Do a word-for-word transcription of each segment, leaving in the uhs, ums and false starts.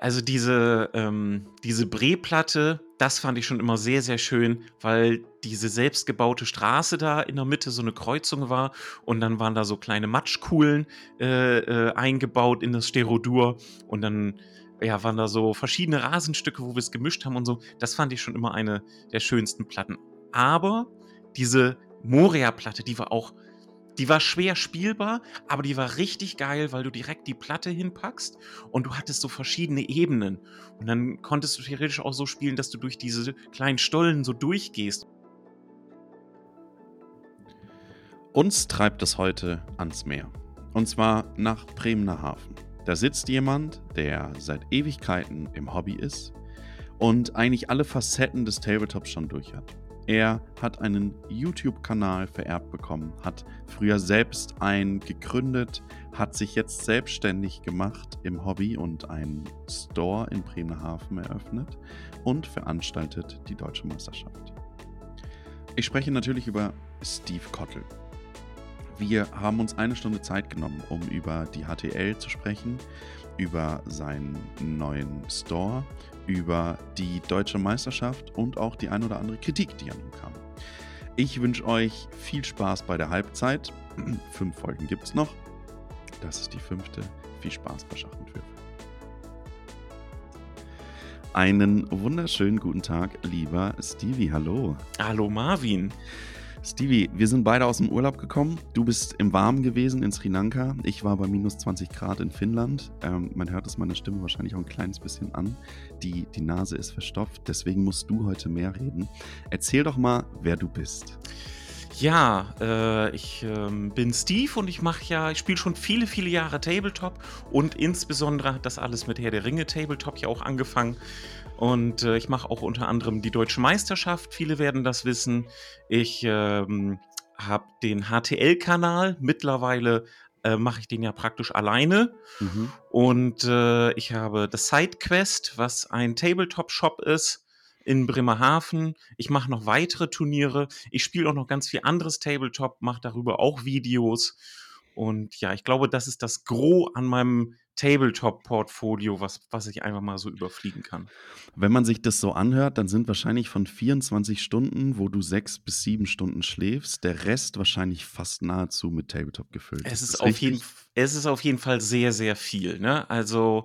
Also diese, ähm, diese Bre-Platte, das fand ich schon immer sehr, sehr schön, weil diese selbstgebaute Straße da in der Mitte so eine Kreuzung war und dann waren da so kleine Matschkuhlen äh, äh, eingebaut in das Stereodur und dann ja, waren da so verschiedene Rasenstücke, wo wir es gemischt haben und so. Das fand ich schon immer eine der schönsten Platten. Aber diese Moria-Platte, die war auch die war schwer spielbar, aber die war richtig geil, weil du direkt die Platte hinpackst und du hattest so verschiedene Ebenen. Und dann konntest du theoretisch auch so spielen, dass du durch diese kleinen Stollen so durchgehst. Uns treibt es heute ans Meer. Und zwar nach Bremerhaven. Da sitzt jemand, der seit Ewigkeiten im Hobby ist und eigentlich alle Facetten des Tabletops schon durch hat. Er hat einen YouTube-Kanal vererbt bekommen, hat früher selbst einen gegründet, hat sich jetzt selbstständig gemacht im Hobby und einen Store in Bremerhaven eröffnet und veranstaltet die Deutsche Meisterschaft. Ich spreche natürlich über Steve Kottel. Wir haben uns eine Stunde Zeit genommen, um über die H T L zu sprechen, über seinen neuen Store, über die Deutsche Meisterschaft und auch die ein oder andere Kritik, die an ihm kam. Ich wünsche euch viel Spaß bei der Halbzeit. Fünf Folgen gibt es noch. Das ist die fünfte. Viel Spaß bei Schach und Würfel. Einen wunderschönen guten Tag, lieber Stevie. Hallo. Hallo Marvin. Stevie, wir sind beide aus dem Urlaub gekommen. Du bist im Warmen gewesen in Sri Lanka. Ich war bei minus zwanzig Grad in Finnland. Ähm, man hört es meiner Stimme wahrscheinlich auch ein kleines bisschen an. Die, die Nase ist verstopft, deswegen musst du heute mehr reden. Erzähl doch mal, wer du bist. Ja, äh, ich ähm, bin Steve und ich mache ja, ich spiele schon viele, viele Jahre Tabletop und insbesondere hat das alles mit Herr der Ringe Tabletop ja auch angefangen. Und äh, ich mache auch unter anderem die Deutsche Meisterschaft, viele werden das wissen. Ich ähm, habe den H T L-Kanal, mittlerweile äh, mache ich den ja praktisch alleine. Mhm. Und äh, ich habe das SideQuest, was ein Tabletop-Shop ist in Bremerhaven. Ich mache noch weitere Turniere. Ich spiele auch noch ganz viel anderes Tabletop, mache darüber auch Videos. Und ja, ich glaube, das ist das Gros an meinem Tabletop-Portfolio, was, was ich einfach mal so überfliegen kann. Wenn man sich das so anhört, dann sind wahrscheinlich von vierundzwanzig Stunden, wo du sechs bis sieben Stunden schläfst, der Rest wahrscheinlich fast nahezu mit Tabletop gefüllt. Es Ist ist das auf jeden, richtig? es ist auf jeden Fall sehr, sehr viel, ne? Also,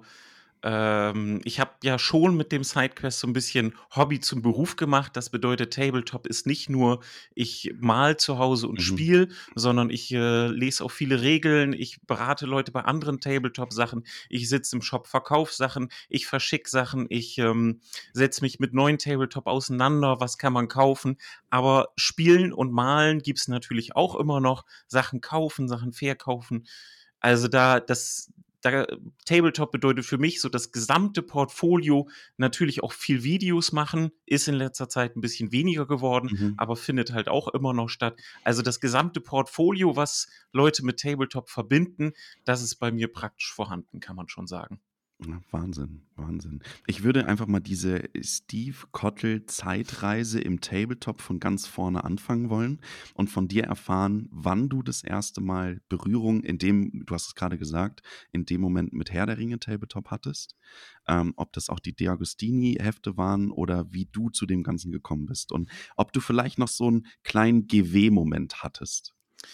ähm, ich habe ja schon mit dem SideQuest so ein bisschen Hobby zum Beruf gemacht. Das bedeutet, Tabletop ist nicht nur, ich mal zu Hause und Mhm. spiele, sondern ich, äh, lese auch viele Regeln. Ich berate Leute bei anderen Tabletop-Sachen. Ich sitze im Shop, verkaufe Sachen, ich verschicke Sachen, ich, ähm, setze mich mit neuen Tabletop auseinander, was kann man kaufen. Aber Spielen und Malen gibt's natürlich auch immer noch. Sachen kaufen, Sachen verkaufen. Also da das da Tabletop bedeutet für mich so das gesamte Portfolio, natürlich auch viel Videos machen, ist in letzter Zeit ein bisschen weniger geworden, Mhm. aber findet halt auch immer noch statt. Also das gesamte Portfolio, was Leute mit Tabletop verbinden, das ist bei mir praktisch vorhanden, kann man schon sagen. Ja, Wahnsinn, Wahnsinn. Ich würde einfach mal diese Steve Kottel Zeitreise im Tabletop von ganz vorne anfangen wollen und von dir erfahren, wann du das erste Mal Berührung in dem, du hast es gerade gesagt, in dem Moment mit Herr der Ringe Tabletop hattest. Ähm, ob das auch die De Agostini-Hefte waren oder wie du zu dem Ganzen gekommen bist und ob du vielleicht noch so einen kleinen G W-Moment hattest.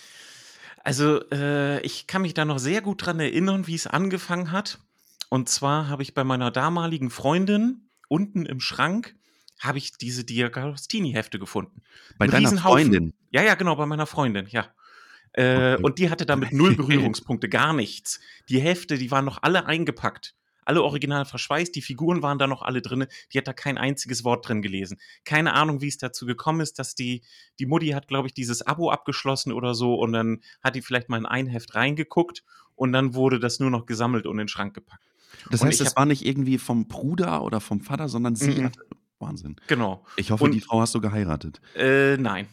Also, äh, ich kann mich da noch sehr gut dran erinnern, wie es angefangen hat. Und zwar habe ich bei meiner damaligen Freundin unten im Schrank habe ich diese D'Agostini-Hefte gefunden. Bei 'N deiner Riesenhaufen. Freundin? Ja, ja, genau, bei meiner Freundin, ja. Äh, Okay. und die hatte damit null Berührungspunkte, gar nichts. Die Hefte, die waren noch alle eingepackt. Alle original verschweißt, die Figuren waren da noch alle drinne. Die hat da kein einziges Wort drin gelesen. Keine Ahnung, wie es dazu gekommen ist, dass die die Mutti hat, glaube ich, dieses Abo abgeschlossen oder so und dann hat die vielleicht mal in ein Heft reingeguckt und dann wurde das nur noch gesammelt und in den Schrank gepackt. Das Und heißt, ich es habe war nicht irgendwie vom Bruder oder vom Vater, sondern sie mm, hatte Wahnsinn. genau. Ich hoffe, die Und Frau hast du geheiratet. äh, nein.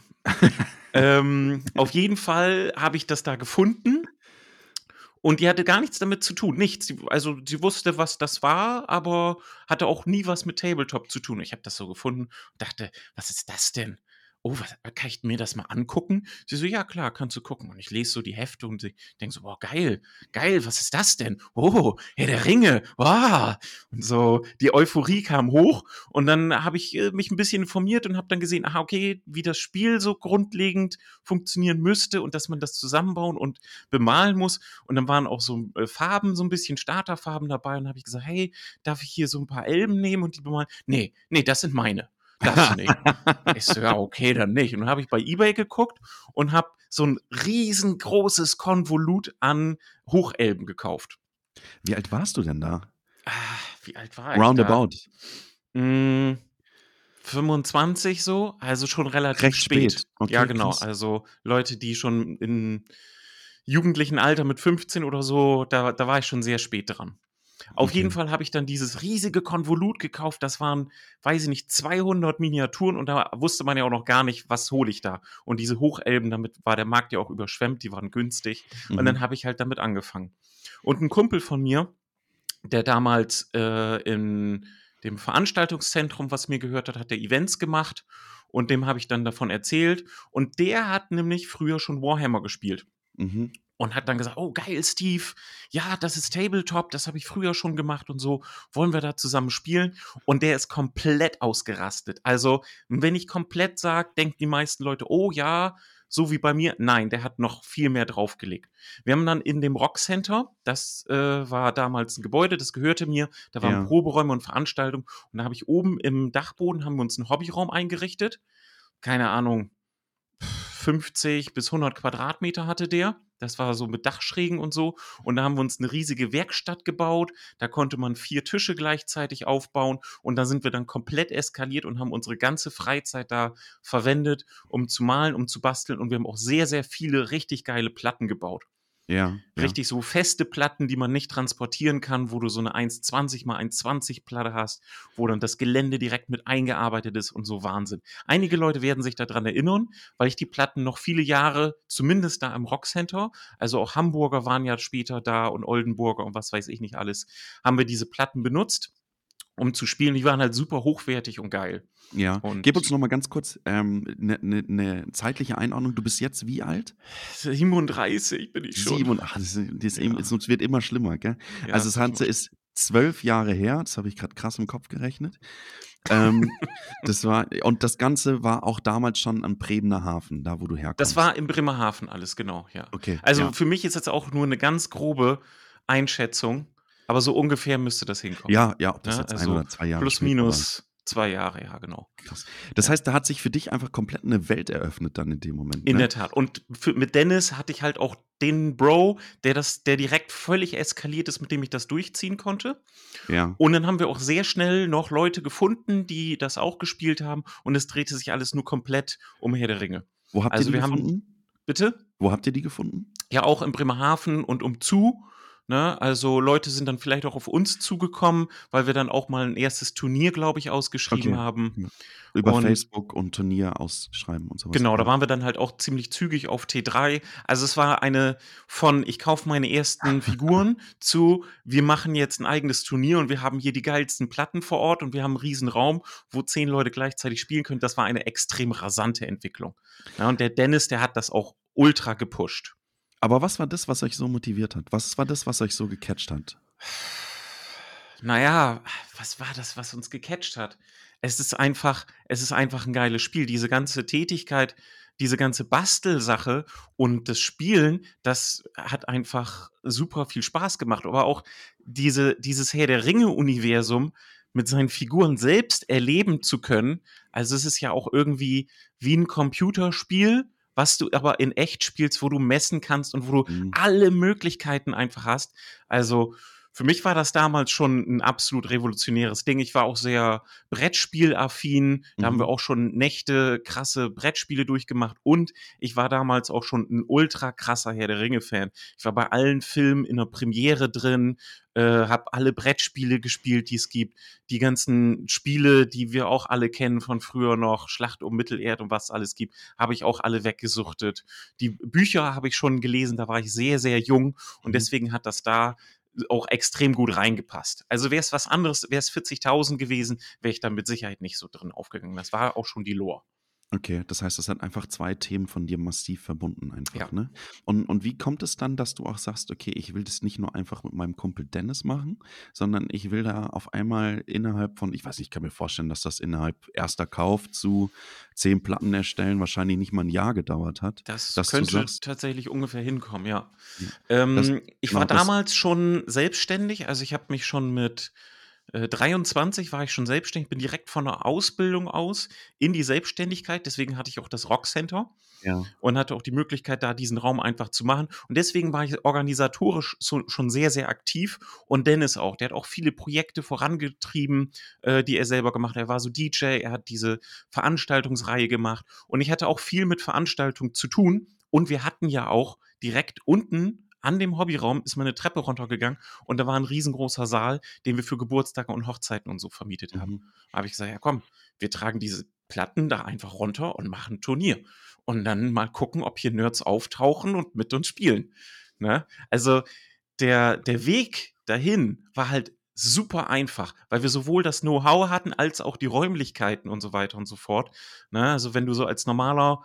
Ähm, auf jeden Fall habe ich das da gefunden. Und die hatte gar nichts damit zu tun, nichts. Sie also, sie wusste, was das war, aber hatte auch nie was mit Tabletop zu tun. Ich habe das so gefunden und dachte: „Was ist das denn?“ oh, was, kann ich mir das mal angucken? Sie so, ja klar, kannst du gucken. Und ich lese so die Hefte und denke so, boah, geil, geil, was ist das denn? Oh, Herr der Ringe, wow. Und so, die Euphorie kam hoch und dann habe ich äh, mich ein bisschen informiert und habe dann gesehen, aha, okay, wie das Spiel so grundlegend funktionieren müsste und dass man das zusammenbauen und bemalen muss. Und dann waren auch so äh, Farben, so ein bisschen Starterfarben dabei und habe ich gesagt, hey, darf ich hier so ein paar Elben nehmen und die bemalen? Nee, nee, das sind meine. Darfst du nicht. Ich so, ja, okay, dann nicht. Und dann habe ich bei eBay geguckt und habe so ein riesengroßes Konvolut an Hochelben gekauft. Wie alt warst du denn da? Ah, wie alt war ich da? Roundabout. Hm, fünfundzwanzig so, also schon relativ Recht spät. spät. Ja, Okay, genau. krass. Also Leute, die schon in jugendlichen Alter mit fünfzehn oder so, da, da war ich schon sehr spät dran. Auf jeden Okay. Fall habe ich dann dieses riesige Konvolut gekauft. Das waren, weiß ich nicht, zweihundert Miniaturen und da wusste man ja auch noch gar nicht, was hole ich da. Und diese Hochelben, damit war der Markt ja auch überschwemmt, die waren günstig. Und dann Mhm. habe ich halt damit angefangen. Und ein Kumpel von mir, der damals äh, in dem Veranstaltungszentrum, was mir gehört hat, hat der Events gemacht und dem habe ich dann davon erzählt. Und der hat nämlich früher schon Warhammer gespielt. Mhm. Und hat dann gesagt, oh geil, Steve, ja, das ist Tabletop, das habe ich früher schon gemacht und so, wollen wir da zusammen spielen? Und der ist komplett ausgerastet. Also, wenn ich komplett sage, denken die meisten Leute, oh ja, so wie bei mir. Nein, der hat noch viel mehr draufgelegt. Wir haben dann in dem Rockcenter, das äh, war damals ein Gebäude, das gehörte mir, da waren Ja. Proberäume und Veranstaltungen und da habe ich oben im Dachboden, haben wir uns einen Hobbyraum eingerichtet. Keine Ahnung, fünfzig bis hundert Quadratmeter hatte der. Das war so mit Dachschrägen und so. Und da haben wir uns eine riesige Werkstatt gebaut. Da konnte man vier Tische gleichzeitig aufbauen. Und da sind wir dann komplett eskaliert und haben unsere ganze Freizeit da verwendet, um zu malen, um zu basteln. Und wir haben auch sehr, sehr viele richtig geile Platten gebaut. Ja, ja. Richtig so feste Platten, die man nicht transportieren kann, wo du so eine eins zwanzig mal eins zwanzig Platte hast, wo dann das Gelände direkt mit eingearbeitet ist und so Wahnsinn. Einige Leute werden sich daran erinnern, weil ich die Platten noch viele Jahre, zumindest da im Rockcenter, also auch Hamburger waren ja später da und Oldenburger und was weiß ich nicht alles, haben wir diese Platten benutzt, um zu spielen. Die waren halt super hochwertig und geil. Ja. Und Gib uns noch mal ganz kurz ähm, 'ne 'ne 'ne zeitliche Einordnung. Du bist jetzt wie alt? siebenunddreißig bin ich schon. Sieben ach, das ist das ist eben Ja. es wird immer schlimmer, gell? Ja, Also, das das Ganze macht- ist zwölf Jahre her. Das habe ich grad krass im Kopf gerechnet. Ähm, das war und das Ganze war auch damals schon am Bremener Hafen, da wo du Das herkommst. war in Bremerhaven alles, genau, ja. Okay, Also, ja. für mich ist jetzt auch nur 'ne ganz grobe Einschätzung, aber so ungefähr müsste das hinkommen, Ja, ja, ob das ne? jetzt ein Also, oder zwei Jahre plus später war. minus zwei Jahre, ja, genau. Krass. Das Ja. heißt, da hat sich für dich einfach komplett 'ne Welt eröffnet dann in dem Moment, In ne? der Tat. Und für mit Dennis hatte ich halt auch den Bro, der das der direkt völlig eskaliert ist, mit dem ich das durchziehen konnte. Ja. Und dann haben wir auch sehr schnell noch Leute gefunden, die das auch gespielt haben und es drehte sich alles nur komplett um Herr der Ringe. Wo habt ihr Also, die wir haben gefunden? bitte? Wo habt ihr die gefunden? Ja, auch in Bremerhaven und umzu, ne? Also, Leute sind dann vielleicht auch auf uns zugekommen, weil wir dann auch mal 'n erstes Turnier, glaube ich, ausgeschrieben Okay. haben. Ja. Über Und Facebook und Turnier ausschreiben und so was, genau, da ja. waren wir dann halt auch ziemlich zügig auf T drei. Also, es war eine von: „Ich kaufe meine ersten Figuren“ zu: „Wir machen jetzt 'n eigenes Turnier und wir haben hier die geilsten Platten vor Ort und wir haben 'n Riesenraum, wo zehn Leute gleichzeitig spielen können.“ Das war eine extrem rasante Entwicklung. Ja, und der Dennis, der hat das auch ultra gepusht. Aber was war das, was euch so motiviert hat? Was war das, was euch so gecatcht hat? Na ja, was war das, was uns gecatcht hat? Es ist einfach es ist einfach 'n geiles Spiel. Diese ganze Tätigkeit, diese ganze Bastelsache und das Spielen, das hat einfach super viel Spaß gemacht. Aber auch diese dieses Herr der Ringe-Universum mit seinen Figuren selbst erleben zu können. Also, es ist ja auch irgendwie wie 'n Computerspiel, was du aber in echt spielst, wo du messen kannst und wo du Mhm. alle Möglichkeiten einfach hast. Also, für mich war das damals schon 'n absolut revolutionäres Ding. Ich war auch sehr Brettspielaffin. Da haben wir Mhm. auch schon Nächte krasse Brettspiele durchgemacht und ich war damals auch schon 'n ultra krasser Herr der Ringe-Fan. Ich war bei allen Filmen in der Premiere drin, äh, habe alle Brettspiele gespielt, die es gibt. Die ganzen Spiele, die wir auch alle kennen von früher noch, Schlacht um Mittelerde und was es alles gibt, habe ich auch alle weggesuchtet. Die Bücher habe ich schon gelesen, da war ich sehr, sehr jung und Mhm. deswegen hat das da auch extrem gut reingepasst. Also, wäre es was anderes, wäre es vierzigtausend gewesen, wäre ich da mit Sicherheit nicht so drin aufgegangen. Das war auch schon die Lore. Okay, das heißt, das hat einfach zwei Themen von dir massiv verbunden Ja. einfach, ne? Und und wie kommt es dann, dass du auch sagst: „Okay, ich will das nicht nur einfach mit meinem Kumpel Dennis machen, sondern ich will da auf einmal innerhalb von“, ich weiß nicht, ich kann mir vorstellen, dass das innerhalb erster Kauf zu zehn Platten erstellen wahrscheinlich nicht mal ein Jahr gedauert hat, Das dass du könnte sagst tatsächlich ungefähr hinkommen, ja. ja, das Ähm, ich war genau das damals schon selbstständig, also ich habe mich schon mit, äh, dreiundzwanzig war ich schon selbstständig, bin direkt von der Ausbildung aus in die Selbstständigkeit, deswegen hatte ich auch das Rockcenter ja, und hatte auch die Möglichkeit, da diesen Raum einfach zu machen. Und deswegen war ich organisatorisch so schon sehr, sehr aktiv und Dennis auch. Der hat auch viele Projekte vorangetrieben, äh, die er selber gemacht hat. Er war so D J, er hat diese Veranstaltungsreihe gemacht und ich hatte auch viel mit Veranstaltungen zu tun. Und wir hatten ja auch direkt unten an dem Hobbyraum ist man eine Treppe runtergegangen und da war ein riesengroßer Saal, den wir für Geburtstage und Hochzeiten und so vermietet haben. mhm. Da habe ich gesagt, ja komm, wir tragen diese Platten da einfach runter und machen 'n Turnier und dann mal gucken, ob hier Nerds auftauchen und mit uns spielen. Ne? Also der, der Weg dahin war halt super einfach, weil wir sowohl das Know-how hatten als auch die Räumlichkeiten und so weiter und so fort. Ne? Also wenn du so als normaler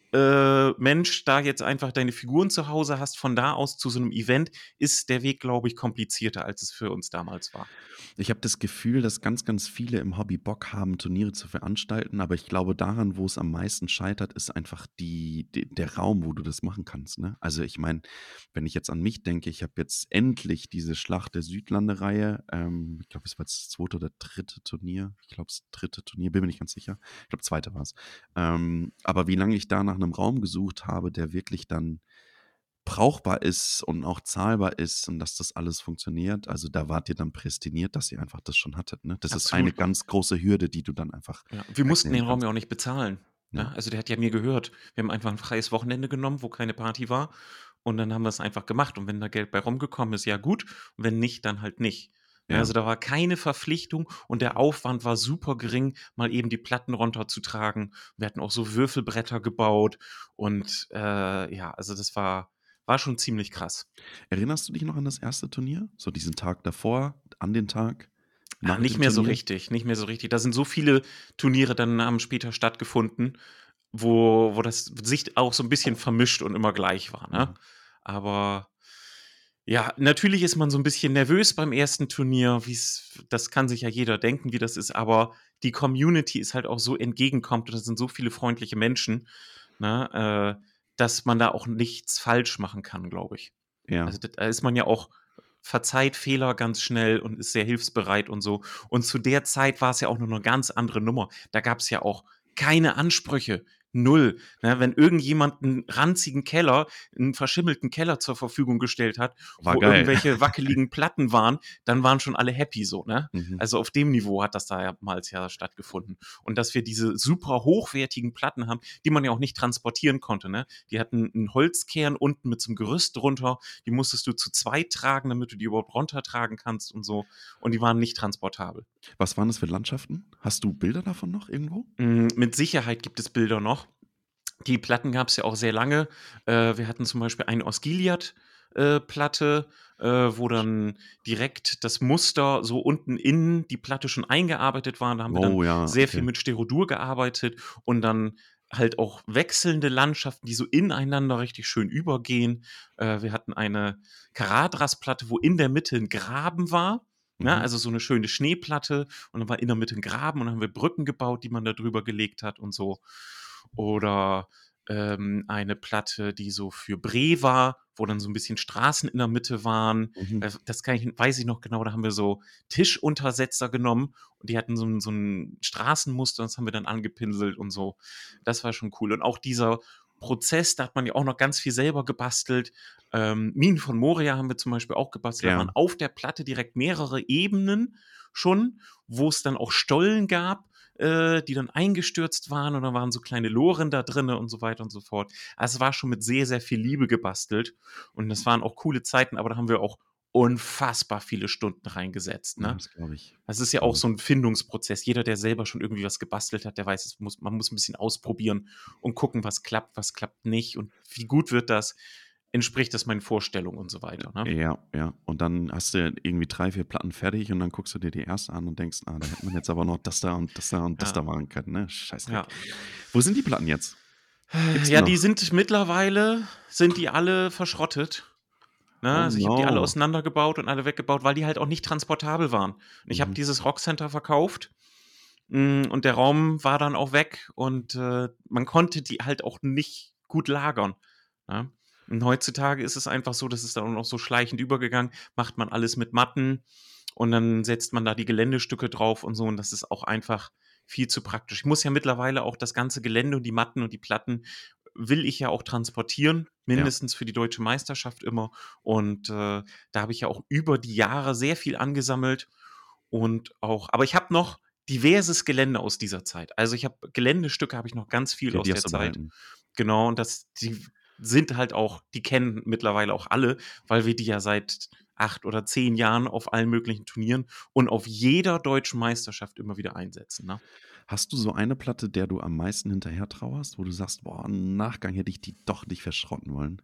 äh, Mensch da jetzt einfach deine Figuren zu Hause hast, von da aus zu so einem Event, ist der Weg, glaube ich, komplizierter, als es für uns damals war. Ich habe das Gefühl, dass ganz, ganz viele im Hobby Bock haben, Turniere zu veranstalten, aber ich glaube, daran, wo es am meisten scheitert, ist einfach die de der Raum, wo du das machen kannst, ne? Also, ich meine, wenn ich jetzt an mich denke, ich habe jetzt endlich diese Schlacht der Südlande-Reihe, ähm, ich glaube, es war jetzt das zweite oder dritte Turnier. Ich glaube, das dritte Turnier, bin mir nicht ganz sicher. Ich glaube, zweite war es. Ähm, aber wie lange ich da nach einem Raum gesucht habe, der wirklich dann brauchbar ist und auch zahlbar ist und dass das alles funktioniert. Also, da wart ihr dann prädestiniert, dass ihr einfach das schon hattet, ne? Das ist eine Absolut. ganz große Hürde, die du dann einfach Ja. Wir mussten wegnehmen den Raum kannst. ja auch nicht bezahlen. Ja, Ne? Also der hat ja mir gehört. Wir haben einfach ein freies Wochenende genommen, wo keine Party war. Und dann haben wir es einfach gemacht. Und wenn da Geld bei rumgekommen ist, ja gut. Und wenn nicht, dann halt nicht. Ne, ja. also da war keine Verpflichtung und der Aufwand war super gering, mal eben die Platten runterzutragen. Wir hatten auch so Würfelbretter gebaut. Und äh, ja, also das war, war schon ziemlich krass. Erinnerst du dich noch an das erste Turnier? So diesen Tag davor, an den Tag, Ah, nach nicht dem mehr so Turnier? richtig, nicht mehr so richtig. Da sind so viele Turniere dann haben später stattgefunden, wo wo das sich auch so 'n bisschen vermischt und immer gleich war, ne? Mhm. Aber ja, natürlich ist man so 'n bisschen nervös beim ersten Turnier, wie's das kann sich ja jeder denken, wie das ist, aber die Community ist halt auch so entgegenkommt und das sind so viele freundliche Menschen, ne, äh, dass man da auch nichts falsch machen kann, glaube ich. Ja. Also, d da ist man ja auch verzeiht Fehler ganz schnell und ist sehr hilfsbereit und so. Und zu der Zeit war es ja auch noch 'ne ganz andere Nummer. Da gab's ja auch keine Ansprüche, null, ne? Wenn irgendjemand 'n ranzigen Keller 'n verschimmelten Keller zur Verfügung gestellt hat, War wo geil. irgendwelche wackeligen Platten waren, dann waren schon alle happy so, ne? Mhm. Also, auf dem Niveau hat das damals ja stattgefunden. Und dass wir diese super hochwertigen Platten haben, die man ja auch nicht transportieren konnte, ne? Die hatten 'n Holzkern unten mit so 'nem Gerüst drunter, die musstest du zu zweit tragen, damit du die überhaupt runtertragen kannst und so. Und die waren nicht transportabel. Was waren das für Landschaften? Hast du Bilder davon noch irgendwo? Hm, mit Sicherheit gibt es Bilder noch. Die Platten gab's ja auch sehr lange. Äh, wir hatten zum Beispiel eine aus Gilead, äh, Platte, äh, wo dann direkt das Muster so unten in die Platte schon eingearbeitet war. Da haben wir dann Oh ja, sehr viel okay. mit Stereodur gearbeitet und dann halt auch wechselnde Landschaften, die so ineinander richtig schön übergehen. Äh, wir hatten eine Caradras-Platte, wo in der Mitte 'n Graben war, ne? Mhm. Also so 'ne schöne Schneeplatte und dann war in der Mitte 'n Graben und dann haben wir Brücken gebaut, die man da drüber gelegt hat und so. Oder, ähm, eine Platte, die so für Bre war, wo dann so 'n bisschen Straßen in der Mitte waren. Mhm. Äh, das kann ich weiß ich noch genau, da haben wir so Tischuntersetzer genommen und die hatten so 'n so 'n Straßenmuster, das haben wir dann angepinselt und so. Das war schon cool. Und auch dieser Prozess, da hat man ja auch noch ganz viel selber gebastelt. Ähm, Minen von Moria haben wir zum Beispiel auch gebastelt. Da waren Ja. auf der Platte direkt mehrere Ebenen schon, wo's dann auch Stollen gab, äh, die dann eingestürzt waren und dann waren so kleine Loren da drinne und so weiter und so fort. Also, es war schon mit sehr, sehr viel Liebe gebastelt und das waren auch coole Zeiten, aber da haben wir auch unfassbar viele Stunden reingesetzt, Ja, ne? das glaube ich. Das ist Das ja auch glaube so ich. 'n Findungsprozess. Jeder, der selber schon irgendwie was gebastelt hat, der weiß, es muss man muss 'n bisschen ausprobieren und gucken, was klappt, was klappt nicht und wie gut wird das. entspricht das meinen Vorstellungen und so weiter, ne? Ja, ja. Und dann hast du irgendwie drei, vier Platten fertig und dann guckst du dir die erste an und denkst: „Ah, da hätte man jetzt aber noch das da und das da und das da Ja, machen können, ne? Scheißdreck.“ ja. Wo sind die Platten jetzt? Gibt's die Ja, die noch? sind mittlerweile sind die alle verschrottet, ne? Oh Also, ich habe die alle no. auseinandergebaut und alle weggebaut, weil die halt auch nicht transportabel waren. Und ich habe Mhm. dieses Rockcenter verkauft, hm, und der Raum war dann auch weg und, äh, man konnte die halt auch nicht gut lagern, ne? Und heutzutage ist es einfach so, das ist dann auch noch so schleichend übergegangen, macht man alles mit Matten und dann setzt man da die Geländestücke drauf und so und das ist auch einfach viel zu praktisch. Ich muss ja mittlerweile auch das ganze Gelände und die Matten und die Platten will ich ja auch transportieren, Ja. mindestens für die Deutsche Meisterschaft immer und, äh, da habe ich ja auch über die Jahre sehr viel angesammelt und auch aber ich habe noch diverses Gelände aus dieser Zeit. Also, ich habe Geländestücke habe ich noch ganz viel Okay, aus die der hast du Zeit. behalten. Genau, und das die sind halt auch die kennen mittlerweile auch alle, weil wir die ja seit acht oder zehn Jahren auf allen möglichen Turnieren und auf jeder deutschen Meisterschaft immer wieder einsetzen, ne? Hast du so eine Platte, der du am meisten hinterher trauerst, wo du sagst: „Boah, im Nachgang hätte ich die doch nicht verschrotten wollen?“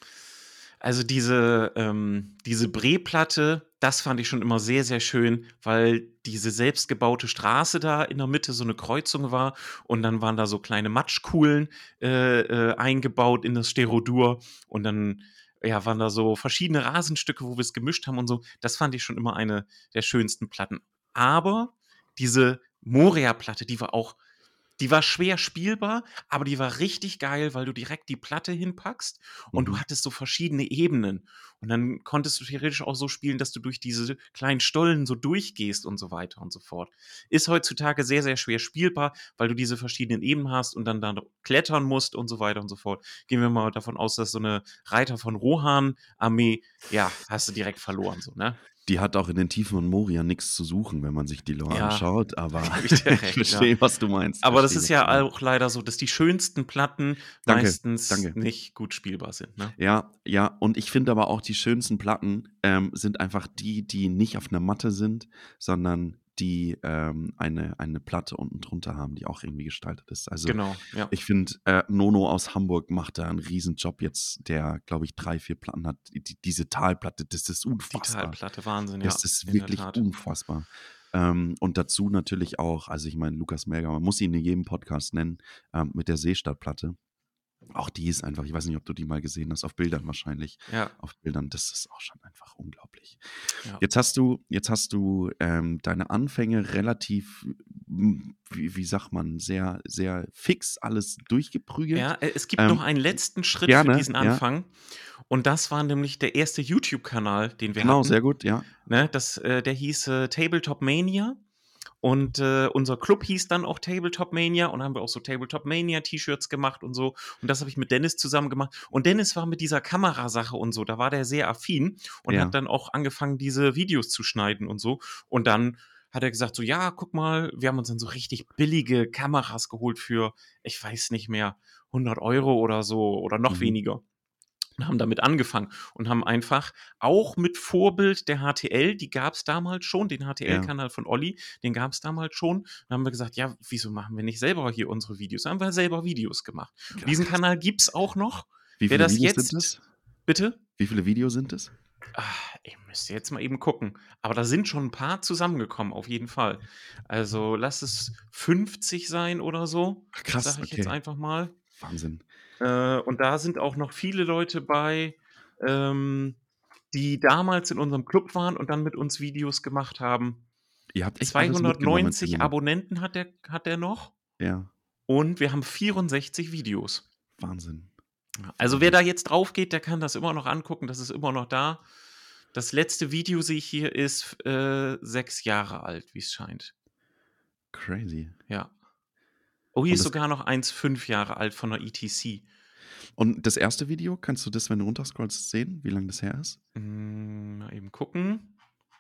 Also, diese ähm, diese Bre-Platte, das fand ich schon immer sehr, sehr schön, weil diese selbstgebaute Straße da in der Mitte so 'ne Kreuzung war und dann waren da so kleine Matschkuhlen, äh, äh, eingebaut in das Stereodur und dann, ja, waren da so verschiedene Rasenstücke, wo wir's gemischt haben und so. Das fand ich schon immer eine der schönsten Platten. Aber diese Moria-Platte, die war auch die war schwer spielbar, aber die war richtig geil, weil du direkt die Platte hinpackst und du Mhm. hattest so verschiedene Ebenen. Und dann konntest du theoretisch auch so spielen, dass du durch diese kleinen Stollen so durchgehst und so weiter und so fort. Ist heutzutage sehr, sehr schwer spielbar, weil du diese verschiedenen Ebenen hast und dann da noch klettern musst und so weiter und so fort. Gehen wir mal davon aus, dass so 'ne Reiter von Rohan-Armee ja, hast du direkt verloren so, ne? Die hat auch in den Tiefen von Moria nix zu suchen, wenn man sich die Lore Ja, anschaut, da aber gebe ich dir ich recht, ja. verstehe, was du meinst. Aber das Verstehe, ist was ja du meinst. auch leider so, dass die schönsten Platten Danke, meistens danke. nicht gut spielbar sind, ne? Ja, ja, und ich finde aber auch, die schönsten Platten, ähm, sind einfach die, die nicht auf 'ner Matte sind, sondern die, ähm, eine eine Platte unten drunter haben, die auch irgendwie gestaltet ist. Also, Genau, ja. ich finde, äh, Nono aus Hamburg macht da 'n Riesenjob jetzt, der, glaube ich, drei, vier Platten hat. Die diese Talplatte, das ist Die unfassbar. Talplatte, Wahnsinn, Das ja, ist in der wirklich Tat. unfassbar. Ähm, und dazu natürlich auch also, ich meine, Lukas Melger, man muss ihn in jedem Podcast nennen, ähm, mit der Seestadt-Platte. Auch die ist einfach ich weiß nicht, ob du die mal gesehen hast, auf Bildern wahrscheinlich. Ja. Auf Bildern, das ist auch schon einfach unglaublich. Ja. Jetzt hast du jetzt hast du, ähm, deine Anfänge relativ, hm, wie wie sagt man, sehr, sehr fix alles durchgeprügelt. Ja, äh, es gibt noch Ähm, einen letzten Schritt für gerne, diesen ja. Anfang und das war nämlich der erste YouTube-Kanal, den wir Genau, sehr hatten, gut, ja. ne? Das äh, der hieß, äh, „Tabletop Mania“ und, äh, unser Club hieß dann auch „Tabletop Mania“ und haben wir auch so „Tabletop Mania“ T-Shirts gemacht und so. Und das habe ich mit Dennis zusammen gemacht. Und Dennis war mit dieser Kamerasache und so da war der sehr affin und hat Ja. dann auch angefangen, diese Videos zu schneiden und so. Und dann hat er gesagt so: „Ja, guck mal“ wir haben uns dann so richtig billige Kameras geholt für, ich weiß nicht mehr, hundert Euro oder so oder noch Mhm. weniger und haben damit angefangen und haben einfach auch mit Vorbild der H T L, die gab's damals schon, den Ja. HTL-Kanal von Olli, den gab's damals schon. Dann haben wir gesagt: „Ja, wieso machen wir nicht selber hier unsere Videos?“ Dann haben wir selber Videos gemacht. Und Ah, diesen krass. Kanal gibt's auch noch. Wie Wer viele das Videos sind jetzt das? bitte? Wie viele Videos sind es? Ah, ich müsste jetzt mal eben gucken. Aber da sind schon 'n paar zusammengekommen, auf jeden Fall. Also, lass es fünfzig sein oder so, Ach krass, sage ich jetzt okay. einfach mal. Wahnsinn. Äh, und da sind auch noch viele Leute bei, ähm, die damals in unserem Club waren und dann mit uns Videos gemacht haben. Ihr habt echt alles mitgenommen zweihundertneunzig immer. Abonnenten hat der hat der noch Ja. und wir haben vierundsechzig Videos. Wahnsinn. Ja, also, wer Wahnsinn. da jetzt drauf geht, der kann das immer noch angucken, das ist immer noch da. Das letzte Video sehe ich hier, ist, f äh, sechs Jahre alt, wie's scheint. Crazy. Ja. Oh, hier Und ist das sogar noch eins fünf Jahre alt von 'ner ETC. Und das erste Video, kannst du das, wenn du runterscrollst, sehen, wie lang das her ist? Hm, mal eben gucken.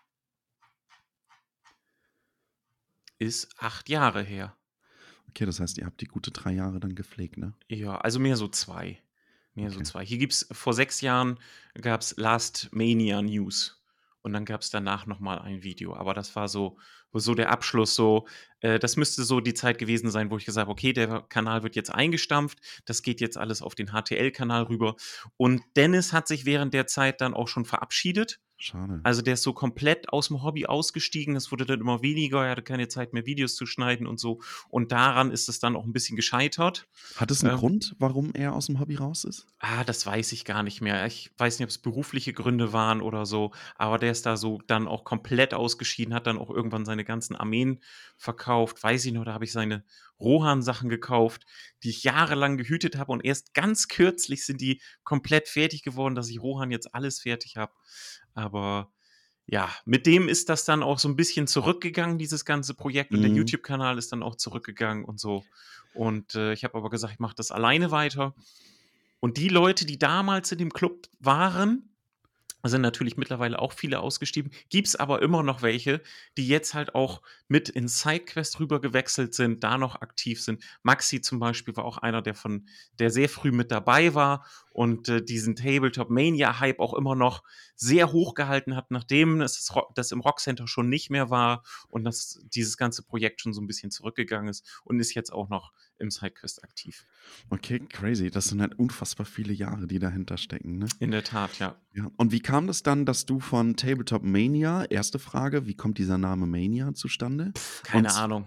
Ist acht Jahre her. Okay, das heißt, ihr habt die gute drei Jahre dann gepflegt, ne? Ja, also, mehr so zwei. Mehr so Okay. zwei. Hier gibt's vor sechs Jahren gab's Last Mania News und dann gab's danach noch mal ein Video. Aber das war so so der Abschluss so. Äh, das müsste so die Zeit gewesen sein, wo ich gesagt habe: „Okay, der Kanal wird jetzt eingestampft. Das geht jetzt alles auf den H T L-Kanal rüber.“ Und Dennis hat sich während der Zeit dann auch schon verabschiedet. Schade. Also, der ist so komplett aus'm Hobby ausgestiegen. Es wurde dann immer weniger. Er hatte keine Zeit mehr, Videos zu schneiden und so. Und daran ist es dann auch 'n bisschen gescheitert. Hat es 'n Ähm Grund, warum er aus'm Hobby raus ist? Ah, das weiß ich gar nicht mehr. Ich weiß nicht, ob's berufliche Gründe waren oder so, aber der ist da so dann auch komplett ausgeschieden, hat dann auch irgendwann seine ganzen Armeen verkauft. Weiß ich noch, da habe ich seine Rohan-Sachen gekauft, die ich jahrelang gehütet habe und erst ganz kürzlich sind die komplett fertig geworden, dass ich Rohan jetzt alles fertig habe. Aber ja, mit dem ist das dann auch so 'n bisschen zurückgegangen, dieses ganze Projekt, und der Mhm. YouTube-Kanal ist dann auch zurückgegangen und so. Und, äh, ich habe aber gesagt, ich mache das alleine weiter. Und die Leute, die damals in dem Club waren sind natürlich mittlerweile auch viele ausgestiegen. Gibt's aber immer noch welche, die jetzt halt auch mit in SideQuest rüber gewechselt sind, da noch aktiv sind. Maxi zum Beispiel war auch einer, der von der sehr früh mit dabei war und, äh, diesen Tabletop-Mania-Hype auch immer noch sehr hoch gehalten hat, nachdem es das Ro das im Rockcenter schon nicht mehr war und dass dieses ganze Projekt schon so 'n bisschen zurückgegangen ist und ist jetzt auch noch im SideQuest aktiv. Okay, crazy. Das sind halt unfassbar viele Jahre, die dahinter stecken, ne? In der Tat, ja. Ja. Und wie kam das dann, dass du von Tabletop Mania erste Frage, wie kommt dieser Name Mania zustande? Und Keine z Ahnung.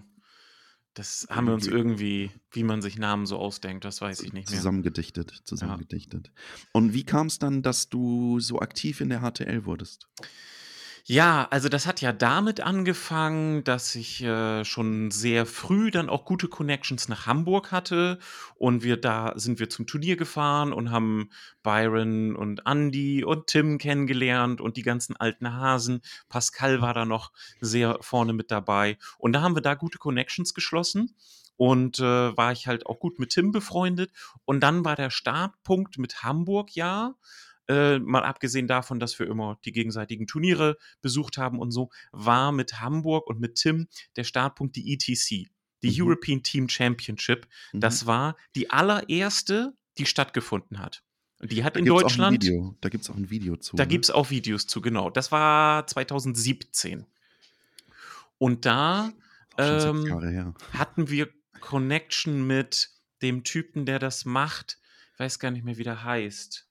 Das haben wir uns irgendwie wie man sich Namen so ausdenkt, das weiß ich Z nicht mehr. zusammengedichtet Ja. zusammengedichtet. Und wie kam's dann, dass du so aktiv in der H T L wurdest? Ja, also das hat ja damit angefangen, dass ich, äh, schon sehr früh dann auch gute Connections nach Hamburg hatte und wir da sind wir zum Turnier gefahren und haben Byron und Andi und Tim kennengelernt und die ganzen alten Hasen. Pascal war da noch sehr vorne mit dabei. Und da haben wir da gute Connections geschlossen und, äh, war ich halt auch gut mit Tim befreundet. Und dann war der Startpunkt mit Hamburg ja, äh, mal abgesehen davon, dass wir immer die gegenseitigen Turniere besucht haben und so, war mit Hamburg und mit Tim der Startpunkt die E T C, die Mhm. European Team Championship. Mhm. Das war die allererste, die stattgefunden hat. Und die hat Da in gibt's auch 'n Deutschland Video da gibt's auch 'n Video zu, da ne? gibt's auch Videos zu, genau. Das war zweitausendsiebzehn. Und da, Auch schon sechs ähm, Jahre her. hatten wir Connection mit dem Typen, der das macht. Ich weiß gar nicht mehr, wie der heißt.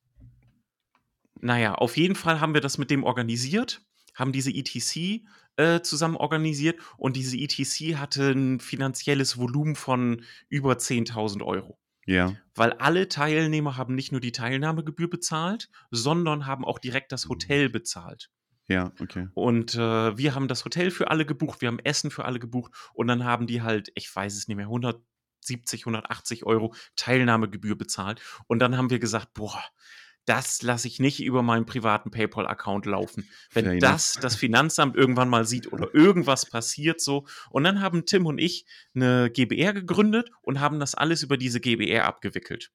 Na ja, auf jeden Fall haben wir das mit dem organisiert, haben diese E T C, äh, zusammen organisiert und diese E T C hatte 'n finanzielles Volumen von über zehntausend Euro. Ja. Weil alle Teilnehmer haben nicht nur die Teilnahmegebühr bezahlt, sondern haben auch direkt das Hotel bezahlt. Ja, okay. Und, äh, wir haben das Hotel für alle gebucht, wir haben Essen für alle gebucht und dann haben die halt, ich weiß es nicht mehr, hundertsiebzig, hundertachtzig Euro Teilnahmegebühr bezahlt. Und dann haben wir gesagt: „Boah, das lasse ich nicht über meinen privaten PayPal-Account laufen. Wenn Fair enough. das das Finanzamt irgendwann mal sieht oder irgendwas passiert so.“ Und dann haben Tim und ich 'ne GbR gegründet und haben das alles über diese GbR abgewickelt.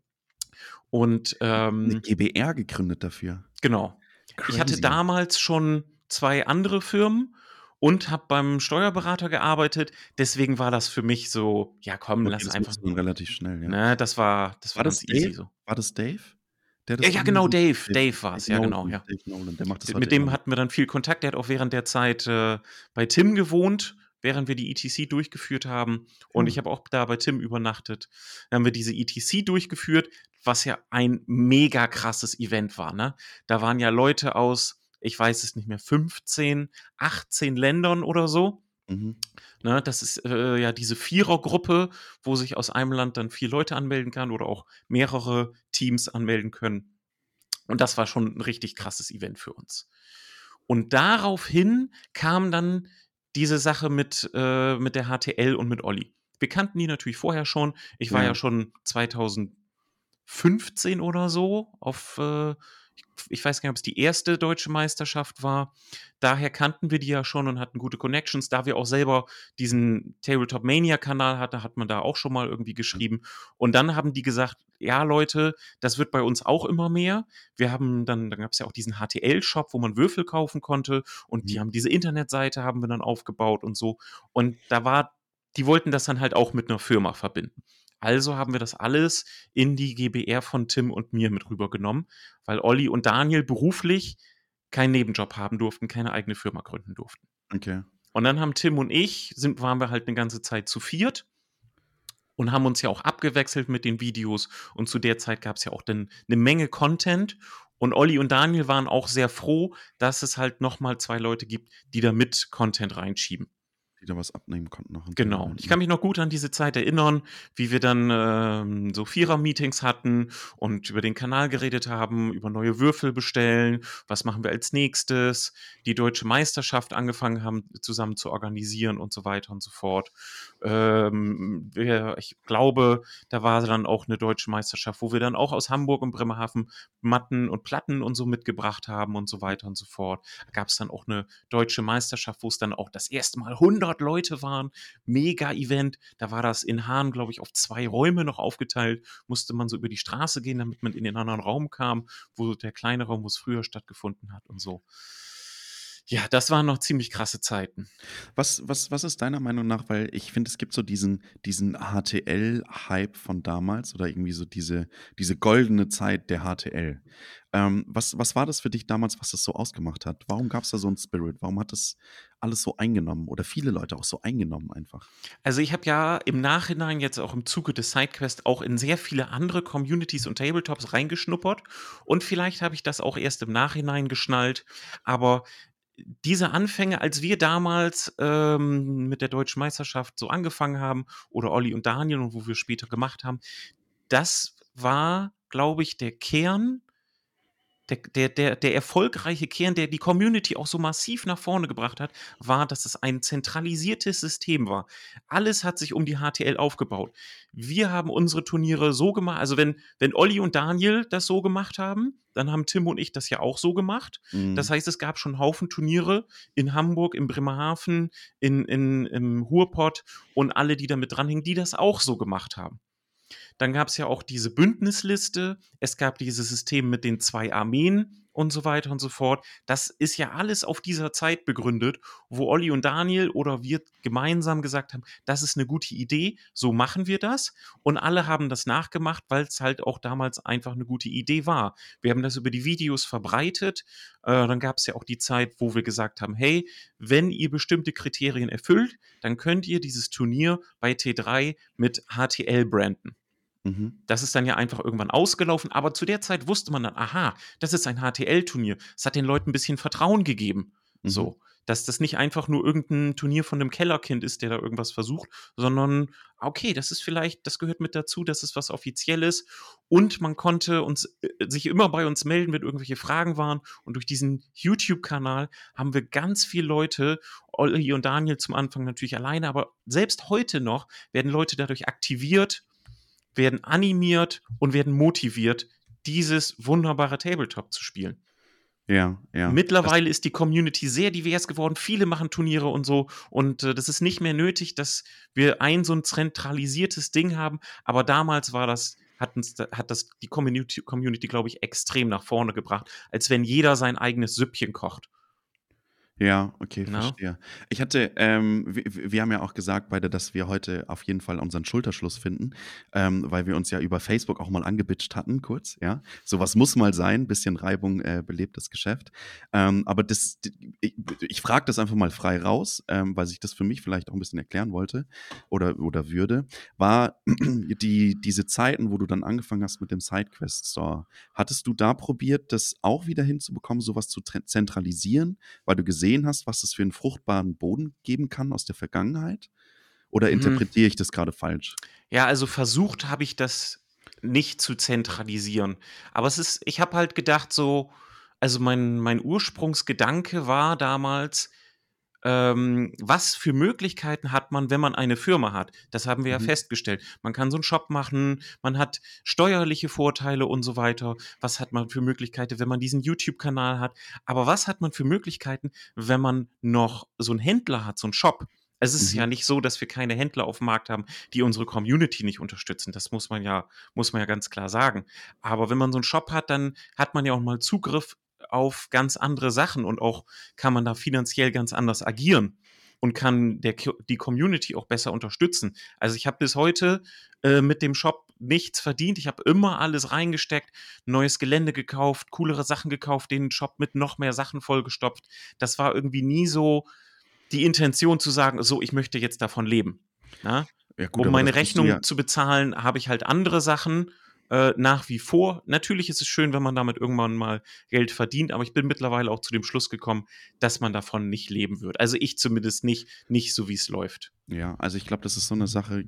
Und, 'Ne ähm GbR gegründet dafür? Genau. Ich hatte Crazy. damals schon zwei andere Firmen und habe beim Steuerberater gearbeitet. Deswegen war das für mich so: „Ja komm, Okay, lass das einfach“ musste dann relativ schnell, ja. ne, das war das war War das ganz easy Dave? so. War das Dave, der Ja, das ja, genau, organisiert Dave. Dave Dave Dave war's. Ja, genau, Nolan ja. Dave Nolan, der macht das D heute mit immer dem noch. hatten wir dann viel Kontakt. Der hat auch während der Zeit, äh, bei Tim gewohnt, während wir die E T C durchgeführt haben. Und ich Ja. habe auch da bei Tim übernachtet. Dann haben wir diese E T C durchgeführt, was ja ein mega krasses Event war, ne? Da waren ja Leute aus, ich weiß es nicht mehr, fünfzehn, achtzehn Ländern oder so. Mhm. Ne, das ist, äh, ja diese Vierergruppe, wo sich aus einem Land dann vier Leute anmelden kann oder auch mehrere Teams anmelden können. Und das war schon 'n richtig krasses Event für uns. Und daraufhin kam dann diese Sache mit äh, mit der H T L und mit Olli. Wir kannten die natürlich vorher schon. Ich war ja Ja. schon zweitausendfünfzehn oder so auf, äh ich weiß gar nicht, ob's die erste deutsche Meisterschaft war. Daher kannten wir die ja schon und hatten gute Connections. Da wir auch selber diesen Tabletop-Mania-Kanal hatten, hat man da auch schon mal irgendwie geschrieben. Und dann haben die gesagt: „Ja, Leute, das wird bei uns auch immer mehr.“ Wir haben dann dann gab's ja auch diesen H T L-Shop, wo man Würfel kaufen konnte und die Mhm. haben diese Internetseite haben wir dann aufgebaut und so. Und da war die wollten das dann halt auch mit 'ner Firma verbinden. Also haben wir das alles in die GbR von Tim und mir mit rübergenommen, weil Olli und Daniel beruflich keinen Nebenjob haben durften, keine eigene Firma gründen durften. Okay. Und dann haben Tim und ich sind waren wir halt 'ne ganze Zeit zu viert und haben uns ja auch abgewechselt mit den Videos. Und zu der Zeit gab's ja auch dann 'ne Menge Content. Und Olli und Daniel waren auch sehr froh, dass es halt noch mal zwei Leute gibt, die da mit Content reinschieben. Die da was abnehmen konnten noch in dem Genau. Moment, Ich ne? kann mich noch gut an diese Zeit erinnern, wie wir dann, ähm, so Vierer-Meetings hatten und über den Kanal geredet haben, über neue Würfel bestellen, was machen wir als Nächstes, die Deutsche Meisterschaft angefangen haben, zusammen zu organisieren und so weiter und so fort. Ähm, wir ich glaube, da war dann auch 'ne Deutsche Meisterschaft, wo wir dann auch aus Hamburg und Bremerhaven Matten und Platten und so mitgebracht haben und so weiter und so fort. Da gab's dann auch 'ne Deutsche Meisterschaft, wo's dann auch das erste Mal hundert Leute waren. Mega-Event. Da war das in Haan, glaube ich, auf zwei Räume noch aufgeteilt. Musste man so über die Straße gehen, damit man in den anderen Raum kam, wo der kleine Raum, wo's früher stattgefunden hat und so. Ja, das waren noch ziemlich krasse Zeiten. Was was was ist deiner Meinung nach weil ich finde, es gibt so diesen diesen H T L-Hype von damals oder irgendwie so diese diese goldene Zeit der H T L. Ähm, was was war das für dich damals, was das so ausgemacht hat? Warum gab's da so 'n Spirit? Warum hat das alles so eingenommen oder viele Leute auch so eingenommen einfach? Also, ich habe ja im Nachhinein jetzt auch im Zuge des Side-Quests auch in sehr viele andere Communities und Tabletops reingeschnuppert und vielleicht habe ich das auch erst im Nachhinein geschnallt, aber diese Anfänge, als wir damals, ähm, mit der Deutschen Meisterschaft so angefangen haben oder Olli und Daniel und wo wir später gemacht haben, das war, glaube ich, der Kern der der der der erfolgreiche Kern, der die Community auch so massiv nach vorne gebracht hat, war, dass es ein zentralisiertes System war. Alles hat sich um die H T L aufgebaut. Wir haben unsere Turniere so gemacht also, wenn wenn Olli und Daniel das so gemacht haben, dann haben Tim und ich das ja auch so gemacht. Das Mhm. heißt, es gab schon 'n Haufen Turniere in Hamburg, in Bremerhaven, in in im Ruhrpott und alle, die da mit dranhängen, die das auch so gemacht haben. Dann gab's ja auch diese Bündnisliste. Es gab dieses System mit den zwei Armeen und so weiter und so fort. Das ist ja alles auf dieser Zeit begründet, wo Olli und Daniel oder wir gemeinsam gesagt haben: „Das ist 'ne gute Idee, so machen wir das.“ Und alle haben das nachgemacht, weil's halt auch damals einfach 'ne gute Idee war. Wir haben das über die Videos verbreitet. Äh, dann gab's ja auch die Zeit, wo wir gesagt haben: „Hey, wenn ihr bestimmte Kriterien erfüllt, dann könnt ihr dieses Turnier bei T drei mit H T L branden.“ Mhm. Das ist dann ja einfach irgendwann ausgelaufen, aber zu der Zeit wusste man dann: „Aha, das ist ein H T L-Turnier.“ Es hat den Leuten 'n bisschen Vertrauen gegeben, Mhm. so. Dass das nicht einfach nur irgend 'n Turnier von 'nem Kellerkind ist, der da irgendwas versucht, sondern okay, das ist vielleicht das gehört mit dazu, das ist was Offizielles und man konnte uns äh, sich immer bei uns melden, wenn irgendwelche Fragen waren und durch diesen YouTube-Kanal haben wir ganz viel Leute Olli und Daniel zum Anfang natürlich alleine, aber selbst heute noch werden Leute dadurch aktiviert, werden animiert und werden motiviert, dieses wunderbare Tabletop zu spielen. Ja, ja. Das Mittlerweile ist die Community sehr divers geworden. Viele machen Turniere und so und, äh, das ist nicht mehr nötig, dass wir ein so 'n zentralisiertes Ding haben, aber damals war das hat uns da hat das die Community Community, glaube ich, extrem nach vorne gebracht, als wenn jeder sein eigenes Süppchen kocht. Ja, okay, Ne? verstehe. Ich hatte, ähm w w wir haben ja auch gesagt beide, dass wir heute auf jeden Fall unseren Schulterschluss finden, ähm, weil wir uns ja über Facebook auch mal angebitscht hatten kurz, ja? So was muss mal sein, bisschen Reibung, äh, belebt das Geschäft. Ähm, aber das d i ich frage das einfach mal frei raus, ähm, weil sich das für mich vielleicht auch 'n bisschen erklären wollte oder oder würde. War die diese Zeiten, wo du dann angefangen hast mit dem Side-Quest-Store, hattest du da probiert, das auch wieder hinzubekommen, so was zu tren zentralisieren, weil du gesehen hast, was das für 'n fruchtbaren Boden geben kann aus der Vergangenheit? Oder Hm. interpretiere ich das grade falsch? Ja, also versucht habe ich das nicht zu zentralisieren. Aber es ist ich habe halt gedacht so also mein mein Ursprungsgedanke war damals, ähm, was für Möglichkeiten hat man, wenn man eine Firma hat? Das haben wir ja Mhm. festgestellt. Man kann so 'n Shop machen, man hat steuerliche Vorteile und so weiter. Was hat man für Möglichkeiten, wenn man diesen YouTube-Kanal hat? Aber was hat man für Möglichkeiten, wenn man noch so 'n Händler hat, so 'n Shop? Es ist Mhm. ja nicht so, dass wir keine Händler auf'm Markt haben, die unsere Community nicht unterstützen. Das muss man ja muss man ja ganz klar sagen. Aber wenn man so 'n Shop hat, dann hat man ja auch mal Zugriff auf ganz andere Sachen und auch kann man da finanziell ganz anders agieren und kann der Q die Community auch besser unterstützen. Also, ich habe bis heute, äh, mit dem Shop nichts verdient. Ich habe immer alles reingesteckt, neues Gelände gekauft, coolere Sachen gekauft, den Shop mit noch mehr Sachen vollgestopft. Das war irgendwie nie so die Intention zu sagen, so, ich möchte jetzt davon leben. Na? Ja gut, Um aber meine das musst du Rechnung ja zu bezahlen, habe ich halt andere Sachen äh, nach wie vor. Natürlich ist es schön, wenn man damit irgendwann mal Geld verdient, aber ich bin mittlerweile auch zu dem Schluss gekommen, dass man davon nicht leben wird. Also ich zumindest nicht, nicht so wie es läuft. ja, also ich glaube, das ist so eine Sache,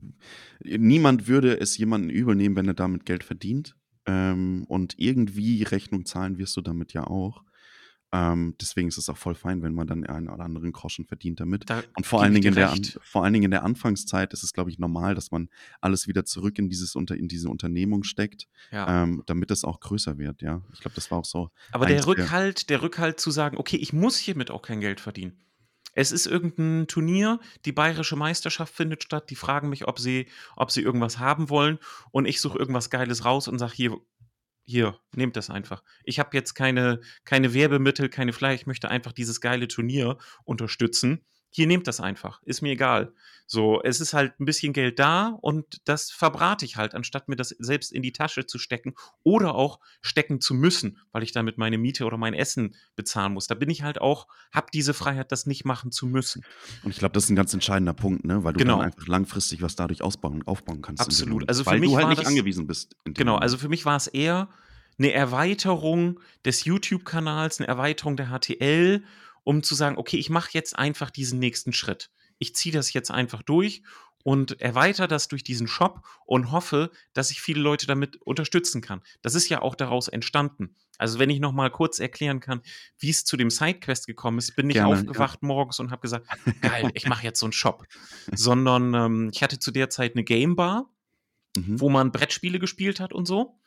niemand würde es jemanden übel nehmen, wenn er damit Geld verdient. Ähm, und irgendwie Rechnung zahlen wirst du damit ja auch. Ähm, deswegen ist es auch voll fein, wenn man dann einen oder anderen Groschen verdient damit. Da Und vor gebe allen ich Dingen dir in der, An recht. vor allen Dingen in der Anfangszeit ist es, glaube ich, normal, dass man alles wieder zurück in dieses Unter in diese Unternehmung steckt, Ja. ähm, damit es auch größer wird, ja. Ich glaube, das war auch so Aber der eins der Rückhalt, der Rückhalt zu sagen, okay, ich muss hiermit auch kein Geld verdienen. Es ist irgendein Turnier, die bayerische Meisterschaft findet statt, die fragen mich, ob sie, ob sie irgendwas haben wollen und ich suche irgendwas Geiles raus und sage, hier, hier, nehmt das einfach. Ich habe jetzt keine, keine Werbemittel, keine Flyer, ich möchte einfach dieses geile Turnier unterstützen. Hier, nehmt das einfach, ist mir egal. So, es ist halt ein bisschen Geld da und das verbrate ich halt, anstatt mir das selbst in die Tasche zu stecken oder auch stecken zu müssen, weil ich damit meine Miete oder mein Essen bezahlen muss. Da bin ich halt auch, hab diese Freiheit, das nicht machen zu müssen. Und ich glaube, das ist ein ganz entscheidender Punkt, ne, weil du dann Genau, einfach langfristig was dadurch ausbauen aufbauen kannst in dem absolut. Moment, Also für weil du mich halt war nicht das angewiesen bist in dem Genau, Moment. also für mich war es eher eine Erweiterung des YouTube-Kanals, eine Erweiterung der H T L, um zu sagen: „Okay, ich mache jetzt einfach diesen nächsten Schritt. Ich ziehe das jetzt einfach durch und erweitere das durch diesen Shop und hoffe, dass ich viele Leute damit unterstützen kann.“ Das ist ja auch daraus entstanden. Also, wenn ich noch mal kurz erklären kann, wie es zu dem Sidequest gekommen ist, bin nicht Gerne, ja. aufgewacht morgens und habe gesagt: „Geil, ich mache jetzt so einen Shop.“ Sondern, ähm, ich hatte zu der Zeit eine Gamebar, Mhm, wo man Brettspiele gespielt hat und so.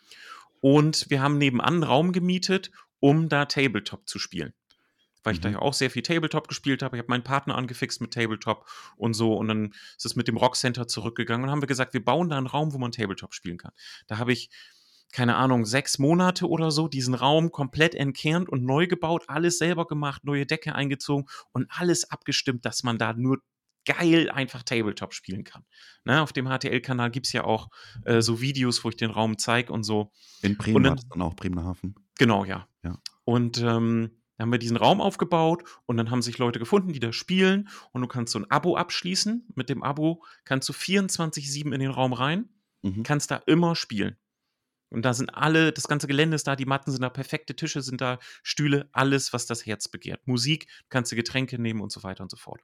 Und wir haben nebenan 'n Raum gemietet, um da Tabletop zu spielen. Weil ich da mhm. ja auch sehr viel Tabletop gespielt habe. Ich habe meinen Partner angefixt mit Tabletop und so. Und dann ist es mit dem Rockcenter zurückgegangen und haben wir gesagt, wir bauen da einen Raum, wo man Tabletop spielen kann. Da habe ich, keine Ahnung, sechs Monate oder so diesen Raum komplett entkernt und neu gebaut, alles selber gemacht, neue Decke eingezogen und alles abgestimmt, dass man da nur geil einfach Tabletop spielen kann. Ne, auf dem H T L-Kanal gibt es ja auch äh, so Videos, wo ich den Raum zeige und so. In Bremen Und war das dann, dann auch, Bremerhaven? genau, ja. Ja. Und ähm, dann haben wir diesen Raum aufgebaut und dann haben sich Leute gefunden, die da spielen und du kannst so ein Abo abschließen. Mit dem Abo kannst du vierundzwanzig sieben in den Raum rein, Mhm. kannst da immer spielen. Und da sind alle, das ganze Gelände ist da, die Matten sind da, perfekte Tische sind da, Stühle, alles, was das Herz begehrt. Musik, kannst du Getränke nehmen und so weiter und so fort.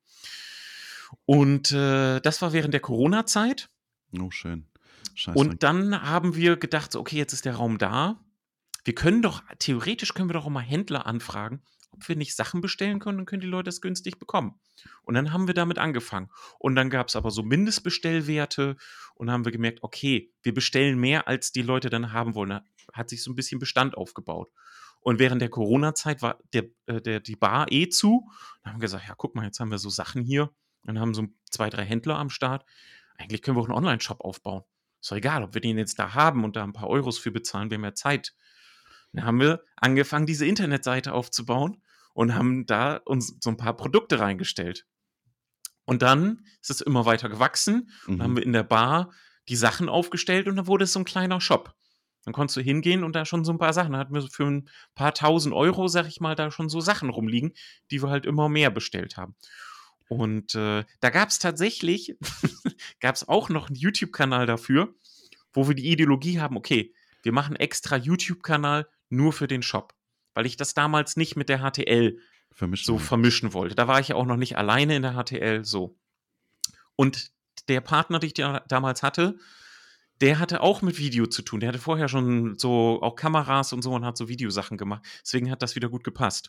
Und äh, das war während der Corona-Zeit. Oh, schön. Scheiße. Und dann haben wir gedacht, so, okay, jetzt ist der Raum da. Wir können doch, theoretisch können wir doch auch mal Händler anfragen, ob wir nicht Sachen bestellen können, dann können die Leute das günstig bekommen. Und dann haben wir damit angefangen. Und dann gab es aber so Mindestbestellwerte und dann haben wir gemerkt, okay, wir bestellen mehr, als die Leute dann haben wollen. Da hat sich so ein bisschen Bestand aufgebaut. Und während der Corona-Zeit war der, äh, der, die Bar eh zu. Dann haben wir gesagt, ja, guck mal, jetzt haben wir so Sachen hier. Dann haben so zwei, drei Händler am Start. Eigentlich können wir auch einen Online-Shop aufbauen. Ist doch egal, ob wir den jetzt da haben und da ein paar Euros für bezahlen, wir haben ja Zeit. Dann haben wir angefangen, diese Internetseite aufzubauen und haben da uns so ein paar Produkte reingestellt. Und dann ist es immer weiter gewachsen. Und dann haben Mhm. wir in der Bar die Sachen aufgestellt und dann wurde es so ein kleiner Shop. Dann konntest du hingehen und da schon so ein paar Sachen. Da hatten wir so für ein paar tausend Euro, sag ich mal, da schon so Sachen rumliegen, die wir halt immer mehr bestellt haben. Und äh, da gab es tatsächlich, gab es auch noch einen YouTube-Kanal dafür, wo wir die Ideologie haben, okay, wir machen extra YouTube-Kanal nur für den Shop. Weil ich das damals nicht mit der H T L Vermischen so wolltest. vermischen wollte. Da war ich ja auch noch nicht alleine in der H T L so. Und der Partner, den ich da, damals hatte, der hatte auch mit Video zu tun. Der hatte vorher schon so auch Kameras und so und hat so Videosachen gemacht. Deswegen hat das wieder gut gepasst.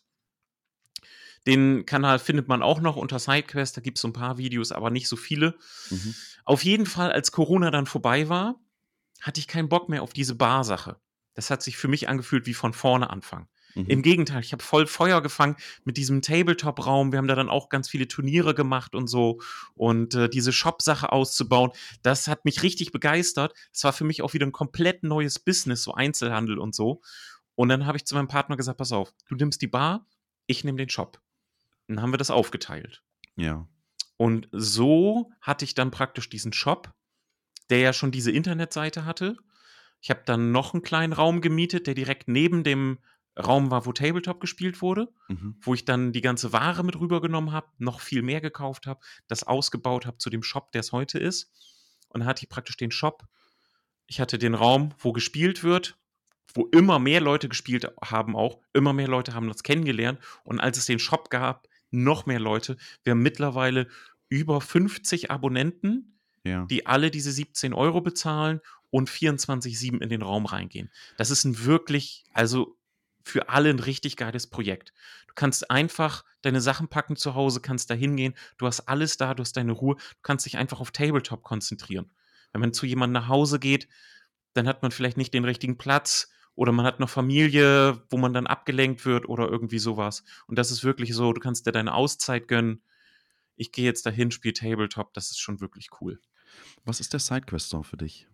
Den Kanal findet man auch noch unter Sidequest. Da gibt es so ein paar Videos, aber nicht so viele. Mhm. Auf jeden Fall, als Corona dann vorbei war, hatte ich keinen Bock mehr auf diese Bar-Sache. Das hat sich für mich angefühlt wie von vorne anfangen. Mhm. Im Gegenteil, ich habe voll Feuer gefangen mit diesem Tabletop-Raum. Wir haben da dann auch ganz viele Turniere gemacht und so. Und äh, diese Shop-Sache auszubauen, das hat mich richtig begeistert. Es war für mich auch wieder ein komplett neues Business, so Einzelhandel und so. Und dann habe ich zu meinem Partner gesagt, pass auf, du nimmst die Bar, ich nehme den Shop. Und dann haben wir das aufgeteilt. Ja. Und so hatte ich dann praktisch diesen Shop, der ja schon diese Internetseite hatte. Ich habe dann noch einen kleinen Raum gemietet, der direkt neben dem Raum war, wo Tabletop gespielt wurde, Mhm. wo ich dann die ganze Ware mit rübergenommen habe, noch viel mehr gekauft habe, das ausgebaut habe zu dem Shop, der es heute ist. Und dann hatte ich praktisch den Shop. Ich hatte den Raum, wo gespielt wird, wo immer mehr Leute gespielt haben auch. Immer mehr Leute haben das kennengelernt. Und als es den Shop gab, noch mehr Leute. Wir haben mittlerweile über fünfzig Abonnenten, Ja. die alle diese siebzehn Euro bezahlen und vierundzwanzig sieben in den Raum reingehen. Das ist ein wirklich, also für alle ein richtig geiles Projekt. Du kannst einfach deine Sachen packen zu Hause, kannst da hingehen, du hast alles da, du hast deine Ruhe, du kannst dich einfach auf Tabletop konzentrieren. Wenn man zu jemandem nach Hause geht, dann hat man vielleicht nicht den richtigen Platz oder man hat noch Familie, wo man dann abgelenkt wird oder irgendwie sowas. Und das ist wirklich so, du kannst dir deine Auszeit gönnen. Ich gehe jetzt dahin, spiele Tabletop, das ist schon wirklich cool. Was ist der Sidequest-Store für dich?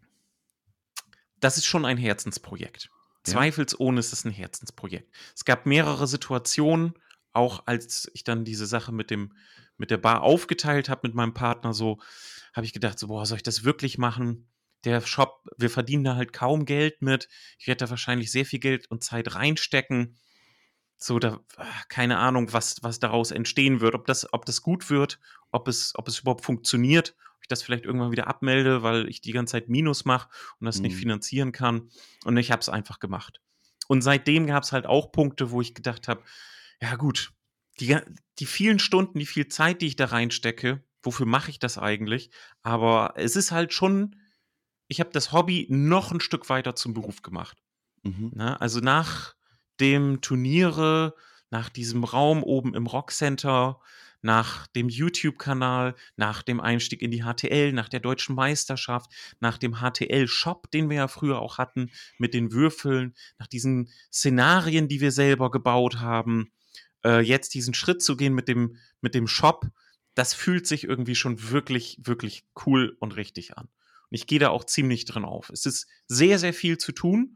Das ist schon ein Herzensprojekt. Ja? Zweifelsohne ist es ein Herzensprojekt. Es gab mehrere Situationen, auch als ich dann diese Sache mit dem mit der Bar aufgeteilt habe mit meinem Partner so, habe ich gedacht so: „Boah, soll ich das wirklich machen?“ Der Shop, wir verdienen da halt kaum Geld mit. Ich werde da wahrscheinlich sehr viel Geld und Zeit reinstecken. So, da ah, keine Ahnung, was was daraus entstehen wird, ob das ob das gut wird, ob es ob es überhaupt funktioniert, ob ich das vielleicht irgendwann wieder abmelde, weil ich die ganze Zeit Minus mache und das nicht Mhm. finanzieren kann. Und ich habe es einfach gemacht. Und seitdem gab es halt auch Punkte, wo ich gedacht habe: „Ja gut, die ga die vielen Stunden, die viel Zeit, die ich da reinstecke, wofür mache ich das eigentlich?“ Aber es ist halt schon, ich habe das Hobby noch ein Stück weiter zum Beruf gemacht. Mhm. Ne? Also nach dem Turniere, nach diesem Raum oben im Rockcenter, nach dem YouTube-Kanal, nach dem Einstieg in die H T L, nach der deutschen Meisterschaft, nach dem H T L-Shop, den wir ja früher auch hatten, mit den Würfeln, nach diesen Szenarien, die wir selber gebaut haben, äh, jetzt diesen Schritt zu gehen mit dem, mit dem Shop, das fühlt sich irgendwie schon wirklich, wirklich cool und richtig an. Und ich gehe da auch ziemlich drin auf. Es ist sehr, sehr viel zu tun,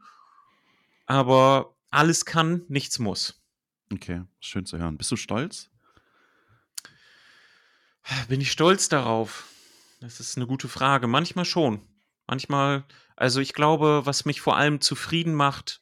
aber alles kann, nichts muss. Okay, schön zu hören. Bist du stolz? Bin ich stolz darauf? Das ist eine gute Frage. Manchmal schon. Manchmal, also ich glaube, was mich vor allem zufrieden macht,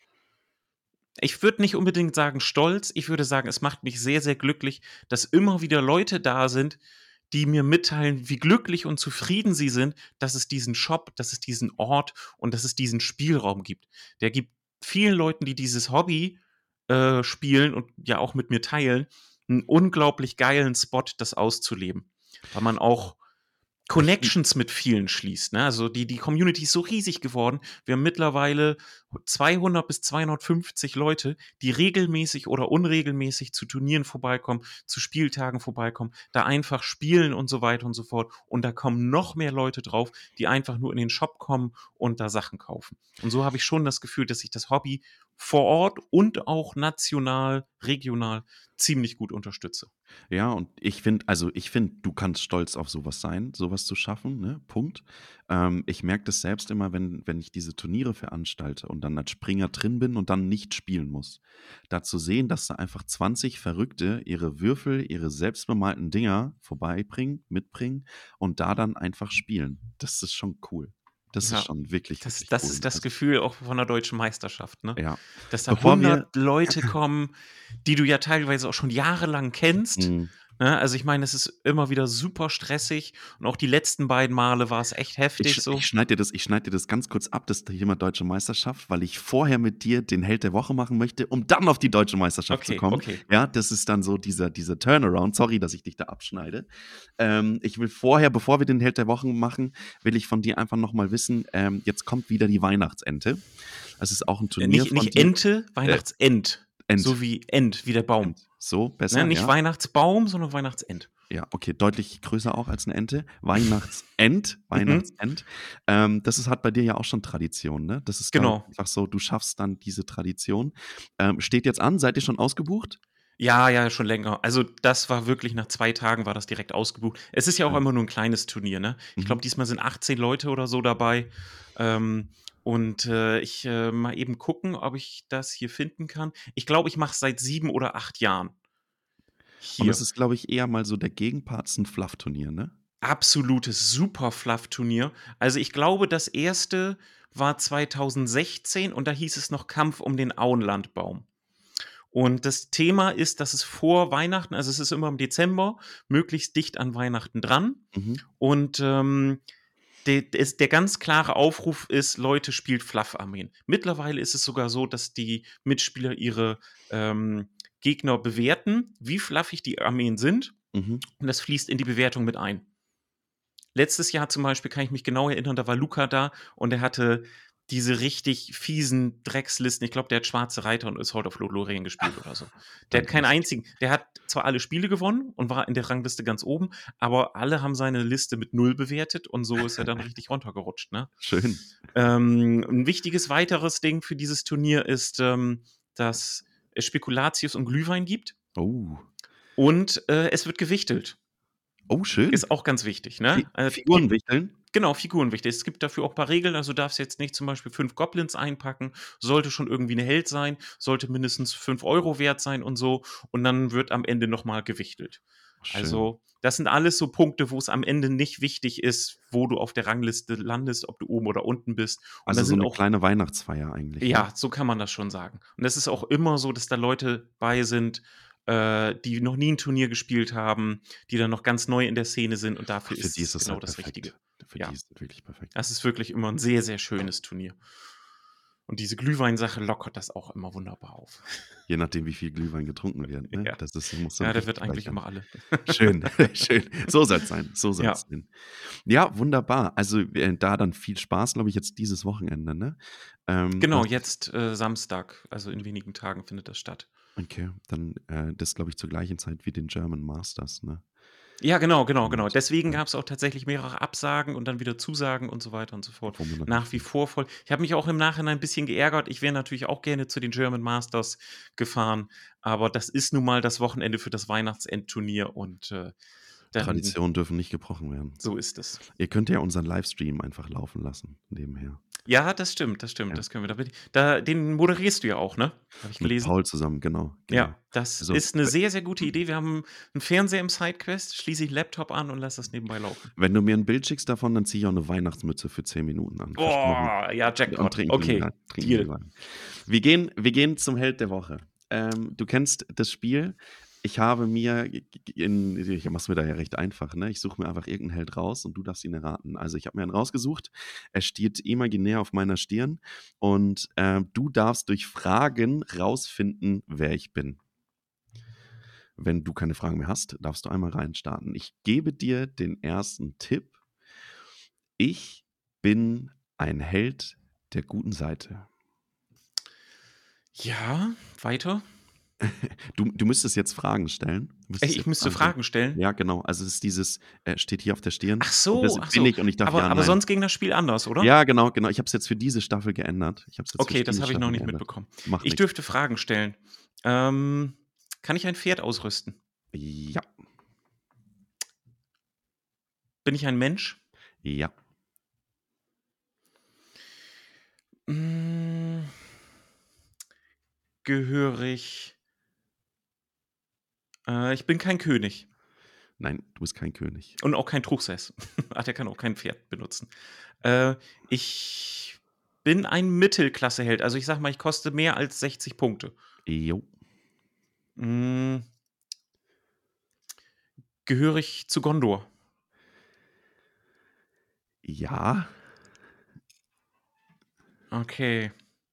ich würde nicht unbedingt sagen stolz, ich würde sagen, es macht mich sehr, sehr glücklich, dass immer wieder Leute da sind, die mir mitteilen, wie glücklich und zufrieden sie sind, dass es diesen Shop, dass es diesen Ort und dass es diesen Spielraum gibt. Der gibt vielen Leuten, die dieses Hobby äh, spielen und ja auch mit mir teilen, einen unglaublich geilen Spot, das auszuleben. Weil man auch Ich finde Connections mit vielen schließt, ne? Also, die die Community ist so riesig geworden. Wir haben mittlerweile zweihundert bis zweihundertfünfzig Leute, die regelmäßig oder unregelmäßig zu Turnieren vorbeikommen, zu Spieltagen vorbeikommen, da einfach spielen und so weiter und so fort. Und da kommen noch mehr Leute drauf, die einfach nur in den Shop kommen und da Sachen kaufen. Und so habe ich schon das Gefühl, dass ich das Hobby vor Ort und auch national, regional ziemlich gut unterstütze. Ja, und ich finde, also ich finde, du kannst stolz auf sowas sein, sowas zu schaffen, ne? Punkt. Ähm, ich merke das selbst immer, wenn, wenn ich diese Turniere veranstalte und dann als Springer drin bin und dann nicht spielen muss. Da zu sehen, dass da einfach zwanzig Verrückte ihre Würfel, ihre selbstbemalten Dinger vorbeibringen, mitbringen und da dann einfach spielen. Das ist schon cool. Das ist Ja, schon wirklich, das wirklich das cool. ist das Also, Gefühl auch von der deutschen Meisterschaft, ne? ja. Dass da Bevor wir, hundert Leute kommen, die du ja teilweise auch schon jahrelang kennst, mh, ne? Also, ich meine, es ist immer wieder super stressig und auch die letzten beiden Male war es echt Ich, heftig sch- ich so. schneide dir das, ich schneide dir das ganz kurz ab, das Thema Deutsche Meisterschaft, weil ich vorher mit dir den Held der Woche machen möchte, um dann auf die Deutsche Meisterschaft zu Okay, kommen. okay. Ja, das ist dann so dieser, dieser Turnaround. Sorry, dass ich dich da abschneide. Ähm, ich will vorher, bevor wir den Held der Woche machen, will ich von dir einfach nochmal wissen, ähm, jetzt kommt wieder die Weihnachtsente. Das ist auch ein Äh, Turnier nicht von nicht dir. Ente, Äh, Weihnachtsend, so End, wie End, wie der Baum, End. So, ne? besser, Nicht ja. Weihnachtsbaum, sondern Weihnachtsend. Ja, okay, deutlich größer auch als 'ne Ente. Weihnachtsend, Mhm, Weihnachtsend. Ähm, das ist hat bei dir ja auch schon Tradition, ne? Das ist, glaube genau. ich, einfach so, du schaffst dann diese Tradition. Ähm, steht jetzt an, seid ihr schon ausgebucht? Ja, ja, schon länger. Also, das war wirklich nach zwei Tagen war das direkt ausgebucht. Es ist ja auch Schön. immer nur ein kleines Turnier, ne? Ich Mhm. glaube, diesmal sind achtzehn Leute oder so dabei. Ähm, und, äh, ich, äh, mal eben gucken, ob ich das hier finden kann. Ich glaube, ich mache es seit sieben oder acht Jahren Und das hier. ist, glaube ich, eher mal so der Gegenpart, ist 'n Fluff-Turnier, ne? absolutes Super-Fluff-Turnier. Also, ich glaube, das erste war zweitausendsechzehn und da hieß es noch Kampf um den Auenlandbaum. Und das Thema ist, dass es vor Weihnachten, also, es ist immer im Dezember, möglichst dicht an Weihnachten dran. Mhm. Und, ähm, de des der ganz klare Aufruf ist: „Leute, spielt Fluff-Armeen.“ Mittlerweile ist es sogar so, dass die Mitspieler ihre, ähm, Gegner bewerten, wie fluffig die Armeen sind, Mhm. und das fließt in die Bewertung mit ein. Letztes Jahr zum Beispiel kann ich mich genau erinnern, da war Luca da und er hatte diese richtig fiesen Dreckslisten. Ich glaube, der hat Schwarze Reiter und Assault of Lothlorien gespielt oder so. Der Dann hat keinen echt. einzigen der hat zwar alle Spiele gewonnen und war in der Rangliste ganz oben, aber alle haben seine Liste mit null bewertet und so ist er dann richtig runtergerutscht, ne? Schön. Ähm, 'n wichtiges weiteres Ding für dieses Turnier ist, ähm, dass es Spekulatius und Glühwein gibt Oh. und, äh, es wird gewichtelt. Oh, schön. Ist auch ganz wichtig, Fi ne? Äh, Figuren gibt wichteln? genau, Figuren wichtig. Es gibt dafür auch ein paar Regeln, also, du darfst jetzt nicht zum Beispiel fünf Goblins einpacken, sollte schon irgendwie 'ne Held sein, sollte mindestens fünf Euro wert sein und so und dann wird am Ende noch mal gewichtelt. Schön. Also, das sind alles so Punkte, wo's am Ende nicht wichtig ist, wo du auf der Rangliste landest, ob du oben oder unten bist. Und da Also, so sind 'ne auch kleine Weihnachtsfeier eigentlich, ne? ja, so kann man das schon sagen. Und es ist auch immer so, dass da Leute bei sind, äh, die noch nie 'n Turnier gespielt haben, die dann noch ganz neu in der Szene sind und Ach, dafür für ist die ist es das genau halt das Richtige. perfekt. Für die Ja. ist das wirklich perfekt. Das ist wirklich immer 'n sehr, sehr schönes Turnier. Und diese Glühweinsache lockert das auch immer wunderbar auf. Je nachdem, wie viel Glühwein getrunken wird, ne? Ja. Das ist muss dann Ja, der wird richtig eigentlich reichern. immer alle. Schön, schön. So soll's sein, so soll's Ja. sein. Ja, wunderbar. Also, äh, da dann viel Spaß, glaube ich, jetzt dieses Wochenende, ne? Ähm, Genau, was jetzt, äh, Samstag, also, in wenigen Tagen findet das statt. Okay, dann, äh, das glaube ich zur gleichen Zeit wie den German Masters, ne? Ja, genau, genau, genau. Und, Deswegen ja. gab's auch tatsächlich mehrere Absagen und dann wieder Zusagen und so weiter und so fort. Wo man dann Nach wie hinfährt. vor voll. Ich habe mich auch im Nachhinein 'n bisschen geärgert. Ich wäre natürlich auch gerne zu den German Masters gefahren, aber das ist nun mal das Wochenende für das Weihnachtsendturnier und, äh, dann Traditionen dürfen nicht gebrochen werden. so ist es. Ihr könnt ja unseren Livestream einfach laufen lassen nebenher. Ja, das stimmt, das stimmt, Ja. das können wir. Da bin ich da den moderierst du ja auch, ne? Habe ich Mit gelesen. Paul zusammen, genau, Ja, genau. das Also, ist 'ne we sehr, sehr gute Idee. Wir haben 'n Fernseher im Sidequest, schließe ich Laptop an und lasse das nebenbei laufen. Wenn du mir 'n Bild schickst davon, dann ziehe ich auch 'ne Weihnachtsmütze für zehn Minuten an. Versprochen. Boah, ja, Und Jackpot. trinken Okay, Glühwein trinken Deal. Glühwein. Wir gehen wir gehen zum Held der Woche. Ähm, du kennst das Spiel. Ich habe mir g g in ich mache es mir da ja recht einfach, ne? Ich suche mir einfach irgend 'n Held raus und du darfst ihn erraten. Also, ich habe mir einen rausgesucht. Er steht imaginär auf meiner Stirn und, äh, du darfst durch Fragen rausfinden, wer ich bin. Wenn du keine Fragen mehr hast, darfst du einmal reinstarten. Ich gebe dir den ersten Tipp. Ich bin ein Held der guten Seite. Ja, weiter? Du du müsstest jetzt Fragen stellen. Du Ey, müsstest ich jetzt müsste Fragen stellen. Fragen stellen? Ja, genau. Also, es ist dieses, äh, steht hier auf der Stirn Ach und das so, ach bin so. ich und ich darf Aber ja, aber nein. sonst ging das Spiel anders, oder? Ja, genau, genau. Ich habe es jetzt für diese Staffel geändert. Ich habe es jetzt für Okay, das diese habe ich noch Staffel nicht geändert. mitbekommen. Macht Ich nix. dürfte Fragen stellen. Ähm, kann ich ein Pferd ausrüsten? Ja. Bin ich ein Mensch? Ja. Hm. Gehöre ich äh, ich bin kein König. Nein, du bist kein König. Und auch kein Truchsess. Ah, der kann auch kein Pferd benutzen. Äh, ich bin ein Mittelklasse-Held. Also, ich sage mal, ich koste mehr als sechzig Punkte. Jo. Hm. Gehöre ich zu Gondor? Ja. Okay.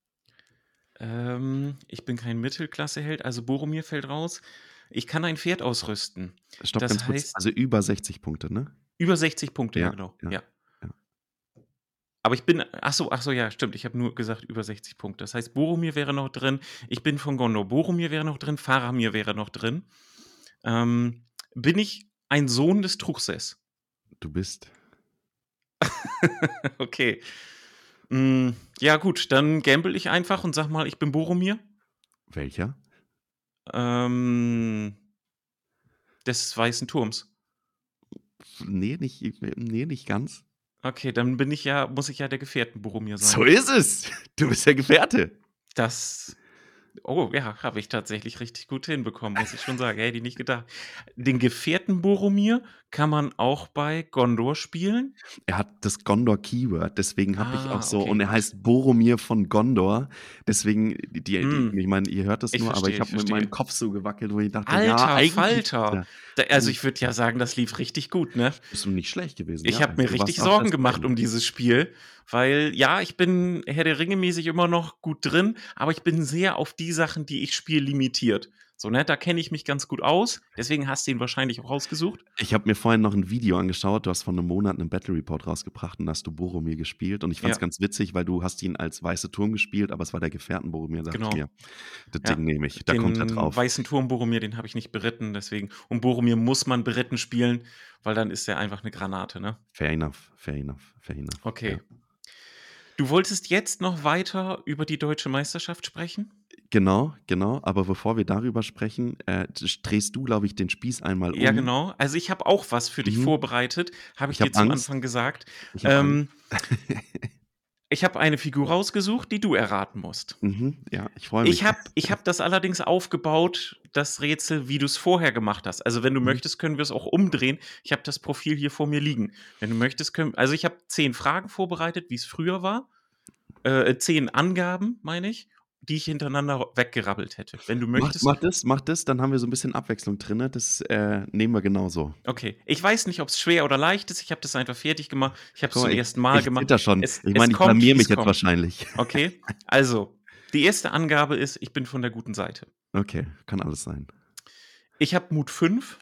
Ähm, ich bin kein Mittelklasse-Held, also Boromir fällt raus. Ich kann ein Pferd ausrüsten. Stopp Das ganz kurz. heißt Also, über sechzig Punkte, ne? über sechzig Punkte, ja Ja, genau, ja, ja. ja. Aber ich bin ach so, ach so, ja, stimmt. Ich habe nur gesagt über sechzig Punkte. Das heißt, Boromir wäre noch drin. Ich bin von Gondor. Boromir wäre noch drin, Faramir wäre noch drin. Ähm, bin ich ein Sohn des Truchsess? Du bist. Okay. Hm, ja gut, dann gamble ich einfach und sage mal, ich bin Boromir. Welcher? Ähm des Weißen Turms. Ne, nicht ne, nicht ganz. Okay, dann bin ich ja muss ich ja der Gefährten Boromir sein. So ist es. Du bist der Gefährte. Das Oh ja, habe ich tatsächlich richtig gut hinbekommen, muss ich schon sagen. Hätte ich nicht gedacht. Den Gefährten Boromir kann man auch bei Gondor spielen? Er hat das Gondor-Keyword, deswegen habe ich auch Ah, so okay, und er gut. heißt Boromir von Gondor, deswegen die die Hm, ich meine, ihr hört das ich nur, aber verstehe, ich ich habe mit meinem verstehe. Kopf so gewackelt, wo ich dachte: „Ja, Alter eigentlich ist Falter. er Da also, ich eigentlich würde ja sagen, das lief richtig gut, ne? bist du nicht schlecht gewesen, Ich ja. habe mir Du richtig warst auch Sorgen fest bei gemacht ihm. um dieses Spiel, weil ja, ich bin Herr der Ringe-mäßig immer noch gut drin, aber ich bin sehr auf die Sachen, die ich spiele, limitiert. So, ne, da kenne ich mich ganz gut aus, deswegen hast du ihn wahrscheinlich auch rausgesucht. Ich habe mir vorhin noch 'n Video angeschaut. Du hast vor 'nem Monat 'nen Battle Report rausgebracht und da hast du Boromir gespielt und ich fand's Ja, ganz witzig, weil du hast ihn als Weiße Turm gespielt, aber es war der Gefährten Boromir. Da dachte ich genau. mir: „Das Ding Ja, nehme ich, da kommt er den drauf.“ weißen Turm Boromir, den habe ich nicht beritten, deswegen und Boromir muss man beritten spielen, weil dann ist er einfach 'ne Granate, ne? Fair enough, fair enough, fair enough, ja. Okay. Du wolltest jetzt noch weiter über die Deutsche Meisterschaft sprechen? Genau, genau. Aber bevor wir darüber sprechen, äh, d drehst du, glaube ich, den Spieß einmal Ja, um. genau. Also, ich habe auch was für dich Mhm. vorbereitet, habe ich Ich dir habe zum Angst. Anfang gesagt. Ich habe Angst. Ähm, ich habe eine Figur rausgesucht, die du erraten musst. Mhm. Ja, ich freue Ich mich. habe ich habe das allerdings aufgebaut, das Rätsel, wie du's vorher gemacht hast. Also, wenn du Mhm. möchtest, können wir's auch umdrehen. Ich habe das Profil hier vor mir liegen. Wenn du möchtest, können also, ich habe zehn Fragen vorbereitet, wie's früher war. Äh, zehn Angaben, meine ich, die ich hintereinander weggerabbelt hätte. Wenn du Mach möchtest mach das, mach das, dann haben wir so 'n bisschen Abwechslung drin, ne? Das, äh, nehmen wir genauso. okay. Ich weiß nicht, ob's schwer oder leicht ist. Ich habe das einfach fertig gemacht. Ich habe es Guck zum mal, ich ersten Mal ich gemacht. zitter schon. Es Ich es meine, ich kommt, blamiere mich wie's jetzt kommt. wahrscheinlich. Okay? Also, die erste Angabe ist, ich bin von der guten Seite. Okay, kann alles sein. Ich habe Mut fünf.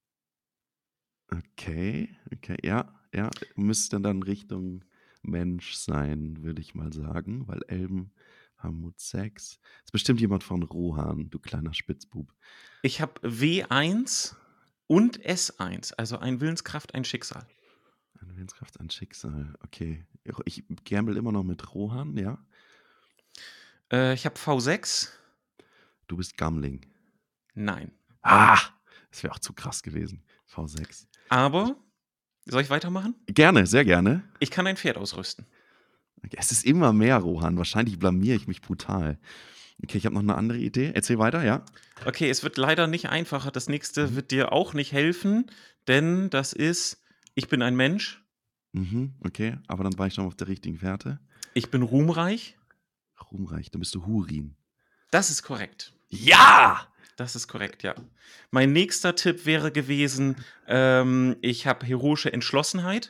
Okay, okay, ja, ja, müsste dann Richtung Mensch sein, würde ich mal sagen, weil Elben haben Mut sechs. Ist bestimmt jemand von Rohan, du kleiner Spitzbub. Ich habe W eins und S eins, also ein Willenskraft, ein Schicksal. Eine Willenskraft, ein Schicksal. Okay. Ich gamble immer noch mit Rohan, ja? Äh, ich habe V sechs. Du bist Gamling. Nein. Ah! Das wäre auch zu krass gewesen. V sechs. Aber soll ich weitermachen? Gerne, sehr gerne. Ich kann ein Pferd ausrüsten. Es ist immer mehr, Rohan. Wahrscheinlich blamiere ich mich brutal. Okay, ich habe noch 'ne andere Idee. Erzähl weiter, ja? Okay, es wird leider nicht einfacher. Das nächste Mhm. wird dir auch nicht helfen, denn das ist ich bin ein Mensch. Mhm, okay, aber dann war ich schon auf der richtigen Fährte. Ich bin ruhmreich. Ruhmreich, dann bist du Hurin. Das ist korrekt. Ja! Das ist korrekt, ja. Mein nächster Tipp wäre gewesen, ähm, ich habe heroische Entschlossenheit.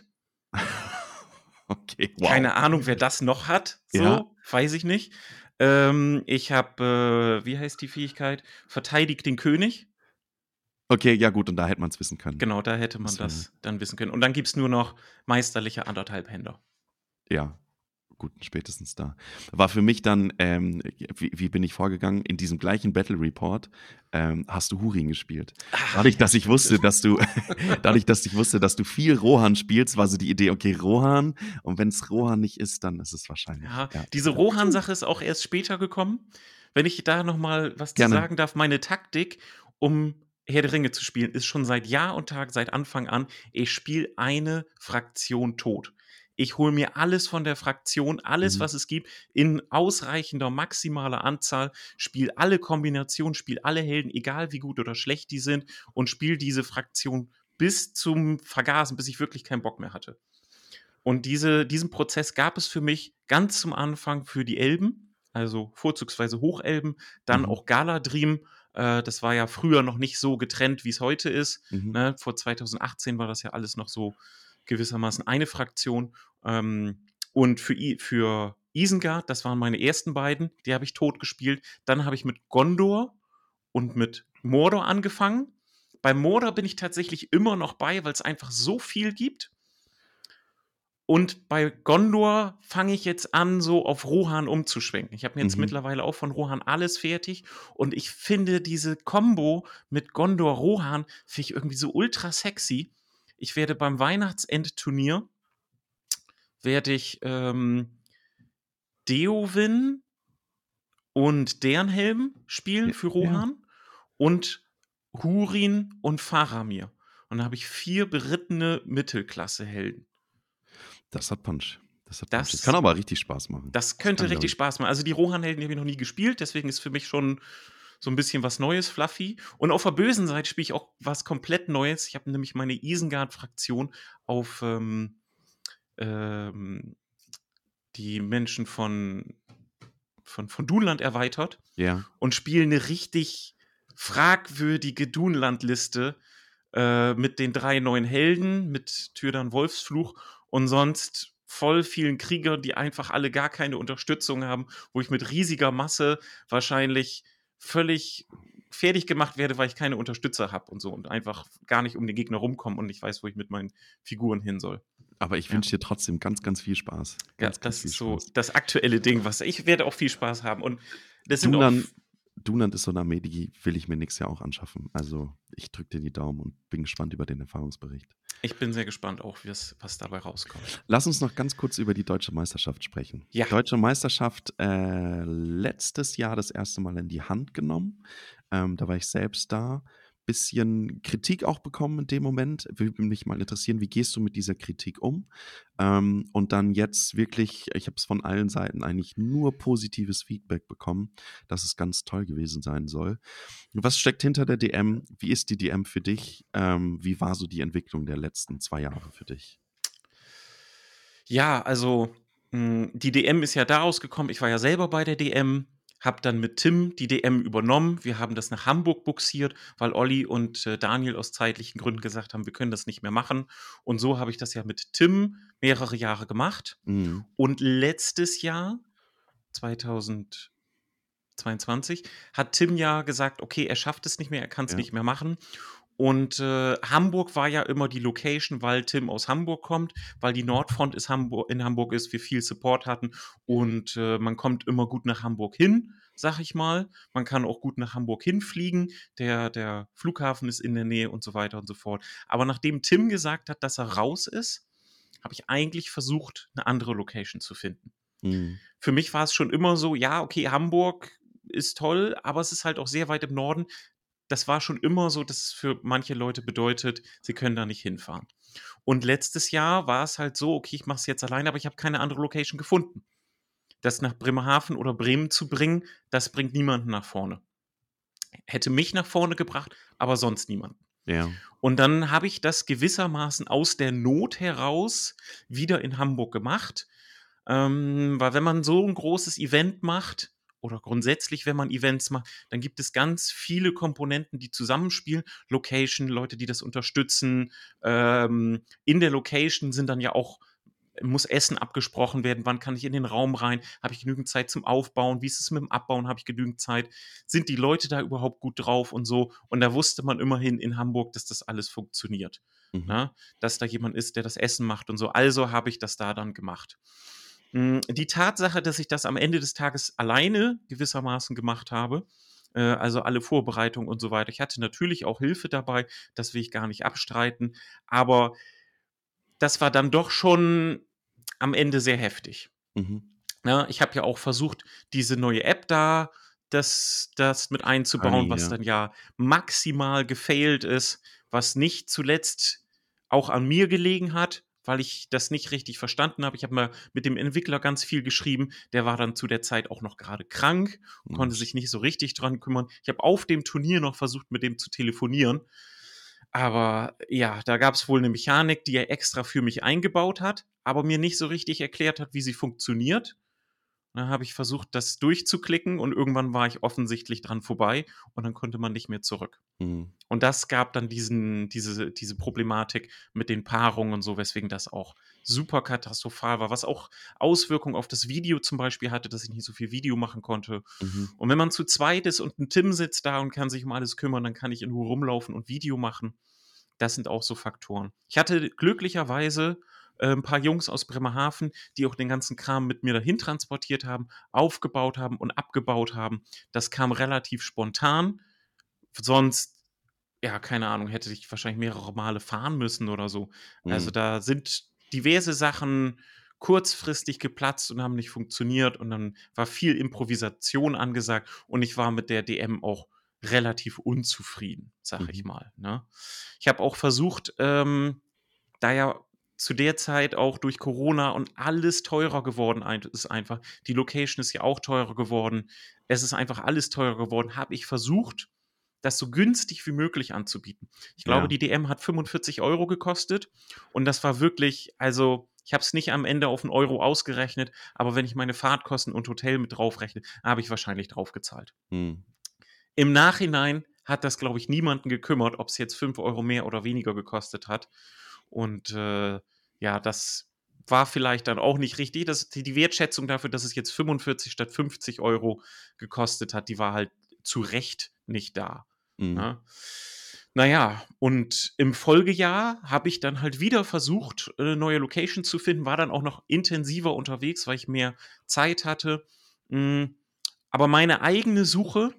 Okay, wow. Keine Ahnung, wer das noch hat, Ja, so, weiß ich nicht. Ähm, ich habe, äh wie heißt die Fähigkeit? Verteidigt den König. okay, ja gut, und da hätte man's wissen können. Genau, da hätte man Das wäre das dann wissen können. Und dann gibt's nur noch meisterliche anderthalb Händer. ja, gut, spätestens da. War für mich dann, ähm wie wie bin ich vorgegangen? In diesem gleichen Battle Report, ähm, hast du Hurin gespielt. Ah, Dadurch, ja, dass ich stimmt. wusste, dass du dadurch, dass ich wusste, dass du viel Rohan spielst, war so die Idee: „Okay, Rohan und wenn's Rohan nicht ist, dann ist es wahrscheinlich“ Ja, ja. diese Rohan-Sache ist auch erst später gekommen. Wenn ich da noch mal was zu Gerne. sagen darf, meine Taktik, um Herr der Ringe zu spielen, ist schon seit Jahr und Tag, seit Anfang an, ich spiele eine Fraktion tot. Ich hole mir alles von der Fraktion, alles, Mhm. was es gibt, in ausreichender maximaler Anzahl, spiele alle Kombinationen, spiele alle Helden, egal wie gut oder schlecht die sind und spiele diese Fraktion bis zum Vergasen, bis ich wirklich keinen Bock mehr hatte. Und diese diesen Prozess gab es für mich ganz zum Anfang für die Elben, also vorzugsweise Hochelben, dann Mhm. auch Galadrim. Äh, das war ja früher noch nicht so getrennt, wie's heute ist, Mhm. ne? Vor zweitausendachtzehn war das ja alles noch so gewissermaßen eine Fraktion. Ähm, und für I für Isengard, das waren meine ersten beiden, die habe ich tot gespielt. Dann habe ich mit Gondor und mit Mordor angefangen. Bei Mordor bin ich tatsächlich immer noch bei, weil's einfach so viel gibt. Und bei Gondor fange ich jetzt an, so auf Rohan umzuschwenken. Ich habe mir jetzt Mhm. mittlerweile auch von Rohan alles fertig und ich finde diese Kombo mit Gondor-Rohan finde ich irgendwie so ultra sexy. Ich werde beim Weihnachtsendturnier werde ich, ähm, Deowyn und Dernhelm spielen J für ja. Rohan und Hurin und Faramir. Und da habe ich vier berittene Mittelklasse-Helden. Das hat Punch. Das hat Punch. Das kann Das aber richtig Spaß machen. das Das könnte kann, glaube richtig ich. Spaß machen. Also, die Rohan-Helden, die habe ich noch nie gespielt, deswegen ist für mich schon so 'n bisschen was Neues, fluffy. Und auf der bösen Seite spiele ich auch was komplett Neues. Ich habe nämlich meine Isengard-Fraktion auf, ähm, ähm, die Menschen von von von Dunland erweitert Ja. und spiele 'ne richtig fragwürdige Dunland-Liste, äh, mit den drei neuen Helden, mit Tyrdan Wolfsfluch und sonst voll vielen Kriegern, die einfach alle gar keine Unterstützung haben, wo ich mit riesiger Masse wahrscheinlich völlig fertig gemacht werde, weil ich keine Unterstützer habe und so und einfach gar nicht um den Gegner rumkomme und nicht weiß, wo ich mit meinen Figuren hin soll. Aber ich Ja. wünsche dir trotzdem ganz, ganz viel Spaß. Ja, Ganz, ganz das viel ist so Spaß. das aktuelle Ding, was ich werde auch viel Spaß haben und das sind auch Dunland f Dunland ist so 'ne Armee, die will ich mir nächstes Jahr auch anschaffen. Also, ich drücke dir die Daumen und bin gespannt über den Erfahrungsbericht. Ich bin sehr gespannt auch, wie's was dabei rauskommt. Lass uns noch ganz kurz über die Deutsche Meisterschaft sprechen. Ja. Deutsche Meisterschaft, äh, letztes Jahr das erste Mal in die Hand genommen. Ähm, da war ich selbst da. Bisschen Kritik auch bekommen in dem Moment. Würde mich mal interessieren, wie gehst du mit dieser Kritik um? Ähm, und dann jetzt wirklich ich habe es von allen Seiten eigentlich nur positives Feedback bekommen, dass es ganz toll gewesen sein soll. Was steckt hinter der D M? Wie ist die D M für dich? Ähm, wie war so die Entwicklung der letzten zwei Jahre für dich? Ja, also, hm, die D M ist ja daraus gekommen, ich war ja selber bei der D M, habe dann mit Tim die D M übernommen. Wir haben das nach Hamburg bugsiert, weil Olli und, äh, Daniel aus zeitlichen Gründen gesagt haben: „Wir können das nicht mehr machen.“ Und so habe ich das ja mit Tim mehrere Jahre gemacht. Mhm. Und letztes Jahr, zweitausendzweiundzwanzig, hat Tim ja gesagt, okay, er schafft es nicht mehr, er kann's Ja. nicht mehr machen. Und, äh, Hamburg war ja immer die Location, weil Tim aus Hamburg kommt, weil die Nordfront ist Hambu in Hamburg ist, wir viel Support hatten und, äh, man kommt immer gut nach Hamburg hin, sage ich mal. Man kann auch gut nach Hamburg hinfliegen. Der der Flughafen ist in der Nähe und so weiter und so fort. Aber nachdem Tim gesagt hat, dass er raus ist, habe ich eigentlich versucht, 'ne andere Location zu finden. Mhm. Für mich war's schon immer so, ja, okay, Hamburg ist toll, aber es ist halt auch sehr weit im Norden. Das war schon immer so, dass es für manche Leute bedeutet, sie können da nicht hinfahren. Und letztes Jahr war es halt so: „Okay, ich mache es jetzt alleine“, aber ich habe keine andere Location gefunden. Das nach Bremerhaven oder Bremen zu bringen, das bringt niemanden nach vorne. Hätte mich nach vorne gebracht, aber sonst niemanden. Ja. Und dann habe ich das gewissermaßen aus der Not heraus wieder in Hamburg gemacht. Ähm, weil wenn man so 'n großes Event macht oder grundsätzlich, wenn man Events macht, dann gibt es ganz viele Komponenten, die zusammenspielen. Location, Leute, die das unterstützen. Ähm, in der Location sind dann ja auch muss Essen abgesprochen werden. Wann kann ich in den Raum rein? Habe ich genügend Zeit zum Aufbauen? Wie ist es mit dem Abbauen? Habe ich genügend Zeit? Sind die Leute da überhaupt gut drauf und so? Und da wusste man immerhin in Hamburg, dass das alles funktioniert, Mhm. ne? Dass da jemand ist, der das Essen macht und so. Also habe ich das da dann gemacht. Hm, die Tatsache, dass ich das am Ende des Tages alleine gewissermaßen gemacht habe, äh, also alle Vorbereitungen und so weiter. Ich hatte natürlich auch Hilfe dabei, das will ich gar nicht abstreiten, aber das war dann doch schon am Ende sehr heftig. Mhm. Ne, ich habe ja auch versucht, diese neue App da das das mit einzubauen, Honey, was ja. dann ja maximal gefailt ist, was nicht zuletzt auch an mir gelegen hat, weil ich das nicht richtig verstanden habe. Ich habe mal mit dem Entwickler ganz viel geschrieben. Der war dann zu der Zeit auch noch grade krank, Oh, konnte sch sich nicht so richtig dran kümmern. Ich habe auf dem Turnier noch versucht, mit dem zu telefonieren. Aber ja, da gab's wohl 'ne Mechanik, die er extra für mich eingebaut hat, aber mir nicht so richtig erklärt hat, wie sie funktioniert. Dann habe ich versucht, das durchzuklicken und irgendwann war ich offensichtlich dran vorbei und dann konnte man nicht mehr zurück. Mhm. Und das gab dann diesen diese diese Problematik mit den Paarungen und so, weswegen das auch super katastrophal war, was auch Auswirkungen auf das Video zum Beispiel hatte, dass ich nicht so viel Video machen konnte. Mhm. Und wenn man zu zweit ist und 'n Tim sitzt da und kann sich um alles kümmern, dann kann ich in Ruhe rumlaufen und Video machen. Das sind auch so Faktoren. Ich hatte glücklicherweise, äh, 'n paar Jungs aus Bremerhaven, die auch den ganzen Kram mit mir dahin transportiert haben, aufgebaut haben und abgebaut haben. Das kam relativ spontan. Sonst, ja, keine Ahnung, hätte ich wahrscheinlich mehrere Male fahren müssen oder so. Also, Mhm. da sind diverse Sachen kurzfristig geplatzt und haben nicht funktioniert und dann war viel Improvisation angesagt und ich war mit der D M auch relativ unzufrieden, sage ich Mhm. mal, ne? Ich habe auch versucht, ähm, da ja zu der Zeit auch durch Corona und alles teurer geworden ein ist einfach. Die Location ist ja auch teurer geworden. Es ist einfach alles teurer geworden. Habe ich versucht, das so günstig wie möglich anzubieten. Ich glaube, Ja. die D M hat fünfundvierzig Euro gekostet und das war wirklich, also ich habe es nicht am Ende auf einen Euro ausgerechnet, aber wenn ich meine Fahrtkosten und Hotel mit draufrechne, habe ich wahrscheinlich drauf gezahlt. Hm. Im Nachhinein hat das, glaube ich, niemanden gekümmert, ob es jetzt fünf Euro mehr oder weniger gekostet hat. Und äh, ja, das war vielleicht dann auch nicht richtig. Das, die, die Wertschätzung dafür, dass es jetzt fünfundvierzig statt fünfzig Euro gekostet hat, die war halt zu Recht nicht da. Mhm. Ne? Naja, und im Folgejahr habe ich dann halt wieder versucht, eine neue Location zu finden, war dann auch noch intensiver unterwegs, weil ich mehr Zeit hatte. Mm, Aber meine eigene Suche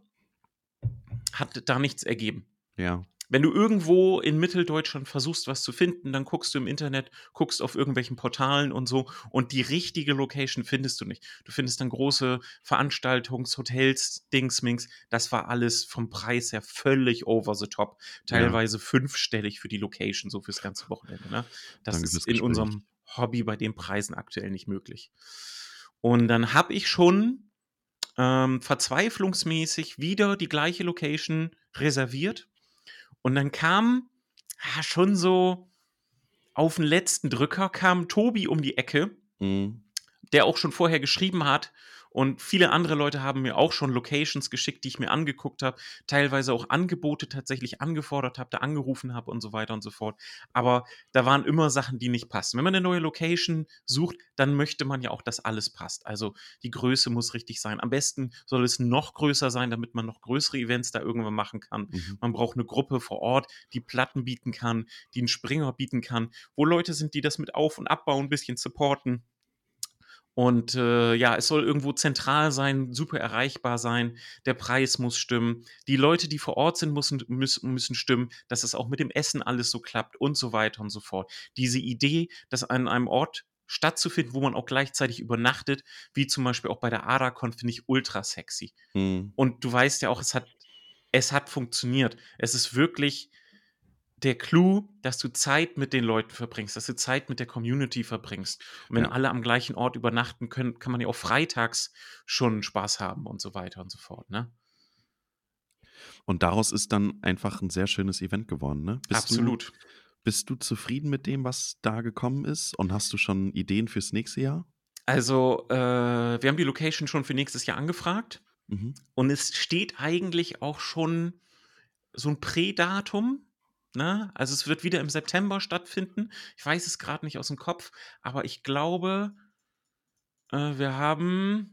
hat da nichts ergeben. Ja. Wenn du irgendwo in Mitteldeutschland versuchst, was zu finden, dann guckst du im Internet, guckst auf irgendwelchen Portalen und so und die richtige Location findest du nicht. Du findest dann große Veranstaltungs-, Hotels, Dingsmings. Das war alles vom Preis her völlig over the top. Teilweise fünfstellig für die Location, so fürs ganze Wochenende. Ne? Das Danke ist fürs in Gespräch. unserem Hobby bei den Preisen aktuell nicht möglich. Und dann habe ich schon ähm, verzweiflungsmäßig wieder die gleiche Location reserviert. Und dann kam ja, schon so auf den letzten Drücker kam Tobi um die Ecke, Mhm. der auch schon vorher geschrieben hat. Und viele andere Leute haben mir auch schon Locations geschickt, die ich mir angeguckt habe, teilweise auch Angebote tatsächlich angefordert habe, da angerufen habe und so weiter und so fort. Aber da waren immer Sachen, die nicht passen. Wenn man eine neue Location sucht, dann möchte man ja auch, dass alles passt. Also die Größe muss richtig sein. Am besten soll es noch größer sein, damit man noch größere Events da irgendwann machen kann. Mhm. Man braucht eine Gruppe vor Ort, die Platten bieten kann, die einen Springer bieten kann, wo Leute sind, die das mit Auf- und Abbauen ein bisschen supporten. Und äh, ja, es soll irgendwo zentral sein, super erreichbar sein. Der Preis muss stimmen. Die Leute, die vor Ort sind, müssen, müssen, müssen stimmen, dass es auch mit dem Essen alles so klappt und so weiter und so fort. Diese Idee, dass an einem Ort stattzufinden, wo man auch gleichzeitig übernachtet, wie zum Beispiel auch bei der Adacon, finde ich ultra sexy. Mhm. Und du weißt ja auch, es hat, es hat funktioniert. Es ist wirklich der Clou, dass du Zeit mit den Leuten verbringst, dass du Zeit mit der Community verbringst. Und wenn Ja. alle am gleichen Ort übernachten können, kann man ja auch freitags schon Spaß haben und so weiter und so fort, ne? Und daraus ist dann einfach ein sehr schönes Event geworden, ne? Bist du Absolut. bist du zufrieden mit dem, was da gekommen ist? Und hast du schon Ideen fürs nächste Jahr? Also, äh, wir haben die Location schon für nächstes Jahr angefragt Mhm. und es steht eigentlich auch schon so ein Prädatum, ne? Also, es wird wieder im September stattfinden. Ich weiß es gerade nicht aus dem Kopf, aber ich glaube, äh, wir haben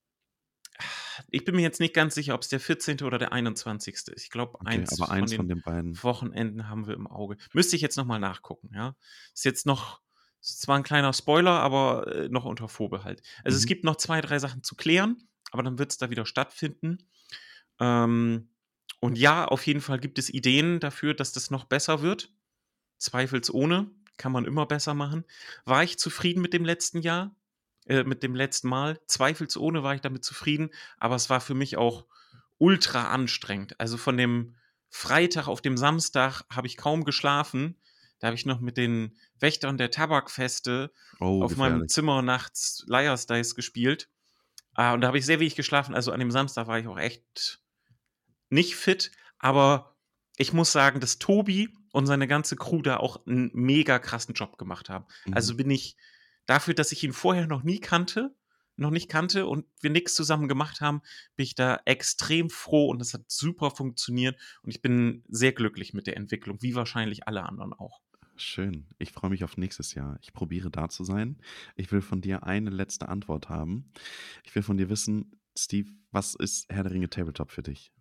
ich bin mir jetzt nicht ganz sicher, ob es der vierzehnte oder der einundzwanzigste ist. Ich glaube, Okay, eins aber von eins von den den beiden. Wochenenden haben wir im Auge. Müsste ich jetzt noch mal nachgucken, ja? Ist jetzt noch ist zwar ein kleiner Spoiler, aber, äh, noch unter Vorbehalt. Also, es Mhm. gibt noch zwei, drei Sachen zu klären, aber dann wird es da wieder stattfinden. Ähm, und ja, auf jeden Fall gibt es Ideen dafür, dass das noch besser wird. Zweifelsohne, kann man immer besser machen. War ich zufrieden mit dem letzten Jahr? Äh, mit dem letzten Mal? Zweifelsohne war ich damit zufrieden, aber es war für mich auch ultra anstrengend. Also, von dem Freitag auf dem Samstag habe ich kaum geschlafen. Da habe ich noch mit den Wächtern der Tabakfeste Oh, auf meinem gefährlich. Zimmer nachts Liar's Dice gespielt. Ah, und da habe ich sehr wenig geschlafen. Also, an dem Samstag war ich auch echt nicht fit, aber ich muss sagen, dass Tobi und seine ganze Crew da auch einen mega krassen Job gemacht haben. Mhm. Also, bin ich dafür, dass ich ihn vorher noch nie kannte noch nicht kannte und wir nix zusammen gemacht haben, bin ich da extrem froh und es hat super funktioniert und ich bin sehr glücklich mit der Entwicklung, wie wahrscheinlich alle anderen auch. Schön. Ich freue mich auf nächstes Jahr. Ich probiere da zu sein. Ich will von dir eine letzte Antwort haben. Ich will von dir wissen, Steve, was ist Herr der Ringe Tabletop für dich?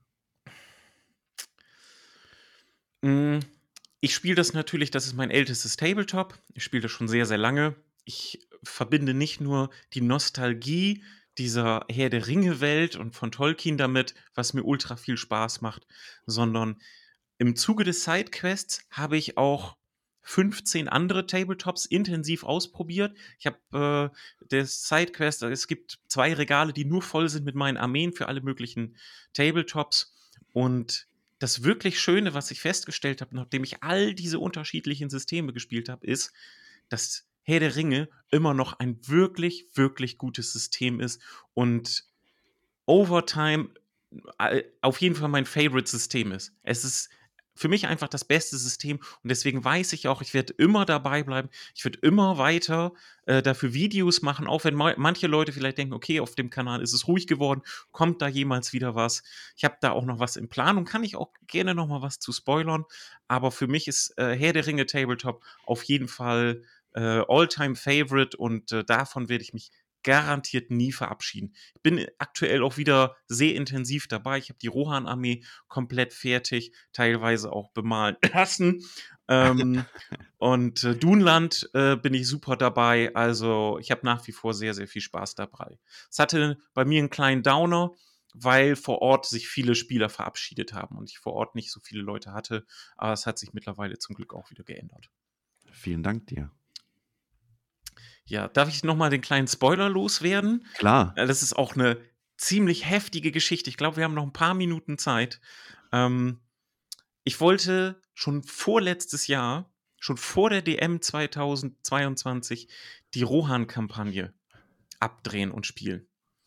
Hm, ich spiele das natürlich das ist mein ältestes Tabletop. Ich spiele das schon sehr, sehr lange. Ich verbinde nicht nur die Nostalgie dieser Herr der Ringe-Welt und von Tolkien damit, was mir ultra viel Spaß macht, sondern im Zuge des Sidequests habe ich auch fünfzehn andere Tabletops intensiv ausprobiert. Ich habe, äh, das Sidequest es gibt zwei Regale, die nur voll sind mit meinen Armeen für alle möglichen Tabletops und das wirklich Schöne, was ich festgestellt habe, nachdem ich all diese unterschiedlichen Systeme gespielt habe, ist, dass Herr der Ringe immer noch ein wirklich, wirklich gutes System ist und Overtime äh, auf jeden Fall mein Favorite-System ist. Es ist für mich einfach das beste System und deswegen weiß ich auch, ich werde immer dabei bleiben. Ich werde immer weiter äh, dafür Videos machen, auch wenn ma manche Leute vielleicht denken, okay, auf dem Kanal ist es ruhig geworden, kommt da jemals wieder was? Ich habe da auch noch was in Planung, kann ich auch gerne noch mal was zu spoilern, aber für mich ist äh, Herr der Ringe Tabletop auf jeden Fall äh, All-Time-Favorite und äh, davon werde ich mich garantiert nie verabschieden. Ich bin aktuell auch wieder sehr intensiv dabei. Ich habe die Rohan-Armee komplett fertig, teilweise auch bemalen lassen. Ähm, und äh, Dunland äh, bin ich super dabei. Also ich habe nach wie vor sehr, sehr viel Spaß dabei. Es hatte bei mir einen kleinen Downer, weil vor Ort sich viele Spieler verabschiedet haben und ich vor Ort nicht so viele Leute hatte. Aber es hat sich mittlerweile zum Glück auch wieder geändert. Vielen Dank dir. Ja, darf ich noch mal den kleinen Spoiler loswerden? Klar. Äh, das ist auch eine ziemlich heftige Geschichte. Ich glaube, wir haben noch ein paar Minuten Zeit. Ähm, ich wollte schon vorletztes Jahr, schon vor der D M zweitausendzweiundzwanzig, die Rohan-Kampagne abdrehen und spielen.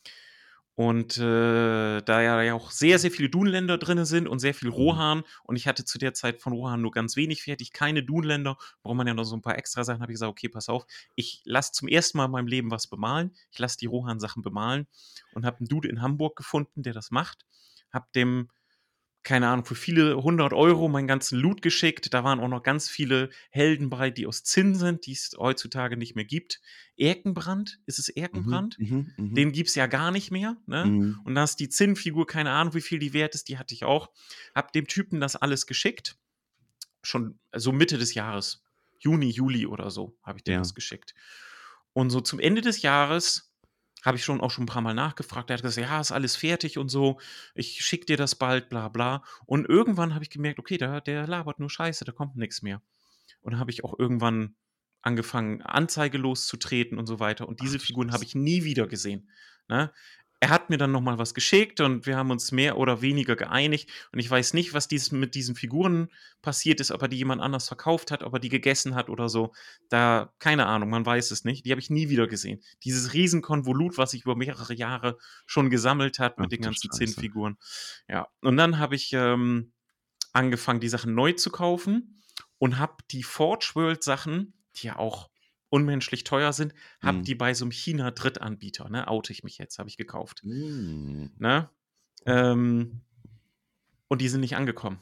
Und äh, da ja auch sehr, sehr viele Dunländer drin sind und sehr viel Rohan und ich hatte zu der Zeit von Rohan nur ganz wenig fertig, keine Dunländer, braucht man ja noch so ein paar extra Sachen, habe ich gesagt, okay, pass auf, ich lasse zum ersten Mal in meinem Leben was bemalen, ich lasse die Rohan-Sachen bemalen und habe einen Dude in Hamburg gefunden, der das macht, habe dem keine Ahnung, für viele hundert Euro meinen ganzen Loot geschickt. Da waren auch noch ganz viele Helden bei, die aus Zinn sind, die es heutzutage nicht mehr gibt. Erkenbrand, ist es Mhm, Erkenbrand? mhm, mhm. Den gibt's ja gar nicht mehr, ne? Mhm. Und da ist die Zinnfigur, keine Ahnung, wie viel die wert ist, die hatte ich auch. Hab dem Typen das alles geschickt. Schon so Mitte des Jahres. Juni, Juli oder so habe ich dem Ja. das geschickt. Und so zum Ende des Jahres habe ich schon auch schon ein paar Mal nachgefragt. Er hat gesagt, ja, ist alles fertig und so. Ich schicke dir das bald, bla bla. Und irgendwann habe ich gemerkt, okay, der, der labert nur Scheiße, da kommt nichts mehr. Und dann habe ich auch irgendwann angefangen, Anzeige loszutreten und so weiter. Und diese Ach, Figuren habe Scheiße. ich nie wieder gesehen. Ne? Er hat mir dann noch mal was geschickt und wir haben uns mehr oder weniger geeinigt. Und ich weiß nicht, was dies, mit diesen Figuren passiert ist, ob er die jemand anders verkauft hat, ob er die gegessen hat oder so. Da, keine Ahnung, man weiß es nicht. Die habe ich nie wieder gesehen. Dieses Riesenkonvolut, was sich über mehrere Jahre schon gesammelt hat mit Ach den du ganzen Scheiße. Zinnfiguren. Ja, und dann habe ich ähm, angefangen, die Sachen neu zu kaufen und habe die Forge World Sachen, die ja auch unmenschlich teuer sind, habe Mhm. die bei so einem China-Drittanbieter, ne, oute ich mich jetzt, habe ich gekauft, Mhm. ne? Ähm, und die sind nicht angekommen.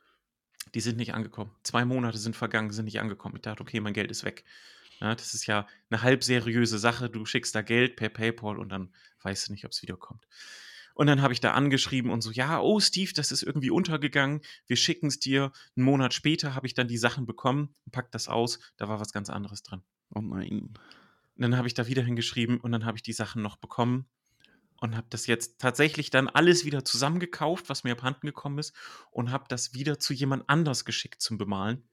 Die sind nicht angekommen. Zwei Monate sind vergangen, sind nicht angekommen. Ich dachte, okay, mein Geld ist weg. Ja, das ist ja eine halb seriöse Sache. Du schickst da Geld per PayPal und dann weißt du nicht, ob es wiederkommt. Und dann habe ich da angeschrieben und so, ja, oh Steve, das ist irgendwie untergegangen. Wir schicken es dir. Einen Monat später habe ich dann die Sachen bekommen, pack das aus. Da war was ganz anderes drin. Oh nein. Und dann habe ich da wieder hingeschrieben und dann habe ich die Sachen noch bekommen und habe das jetzt tatsächlich dann alles wieder zusammengekauft, was mir abhanden gekommen ist und habe das wieder zu jemand anders geschickt zum Bemalen.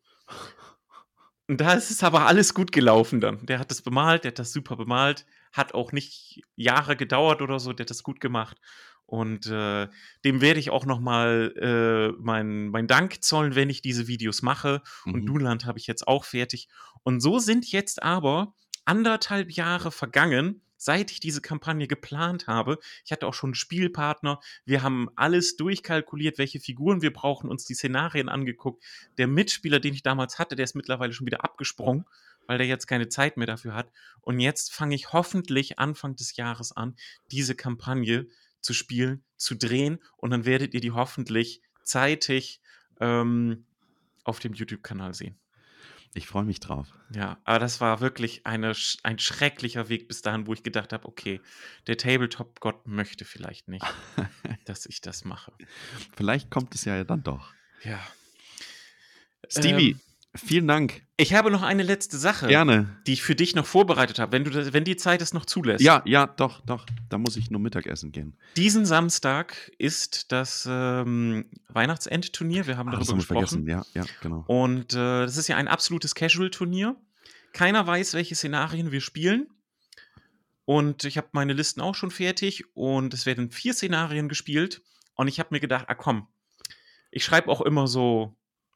Und da ist es aber alles gut gelaufen dann. Der hat das bemalt, der hat das super bemalt, hat auch nicht Jahre gedauert oder so, der hat das gut gemacht. Und äh, dem werde ich auch noch mal äh, meinen mein Dank zollen, wenn ich diese Videos mache. Und Mhm. Dunland habe ich jetzt auch fertig. Und so sind jetzt aber anderthalb Jahre vergangen, seit ich diese Kampagne geplant habe. Ich hatte auch schon einen Spielpartner. Wir haben alles durchkalkuliert, welche Figuren wir brauchen, uns die Szenarien angeguckt. Der Mitspieler, den ich damals hatte, der ist mittlerweile schon wieder abgesprungen, weil der jetzt keine Zeit mehr dafür hat. Und jetzt fange ich hoffentlich Anfang des Jahres an, diese Kampagne zu spielen, zu drehen. Und dann werdet ihr die hoffentlich zeitig ähm, auf dem YouTube-Kanal sehen. Ich freue mich drauf. Ja, aber das war wirklich eine, sch- ein schrecklicher Weg bis dahin, wo ich gedacht habe, okay, der Tabletop-Gott möchte vielleicht nicht, dass ich das mache. Vielleicht kommt es ja dann doch. Ja. Stevie, Ähm, vielen Dank. ich habe noch eine letzte Sache, Gerne. die ich für dich noch vorbereitet habe, wenn, du das, wenn die Zeit es noch zulässt. Ja, ja, doch, doch. Da muss ich nur Mittagessen gehen. Diesen Samstag ist das ähm, Weihnachtsendturnier. Wir haben Ah, darüber das haben wir gesprochen. vergessen. Ja, ja, genau. Und äh, das ist ja ein absolutes Casual-Turnier. Keiner weiß, welche Szenarien wir spielen. Und ich habe meine Listen auch schon fertig. Und es werden vier Szenarien gespielt. Und ich habe mir gedacht, ah komm, ich schreibe auch immer so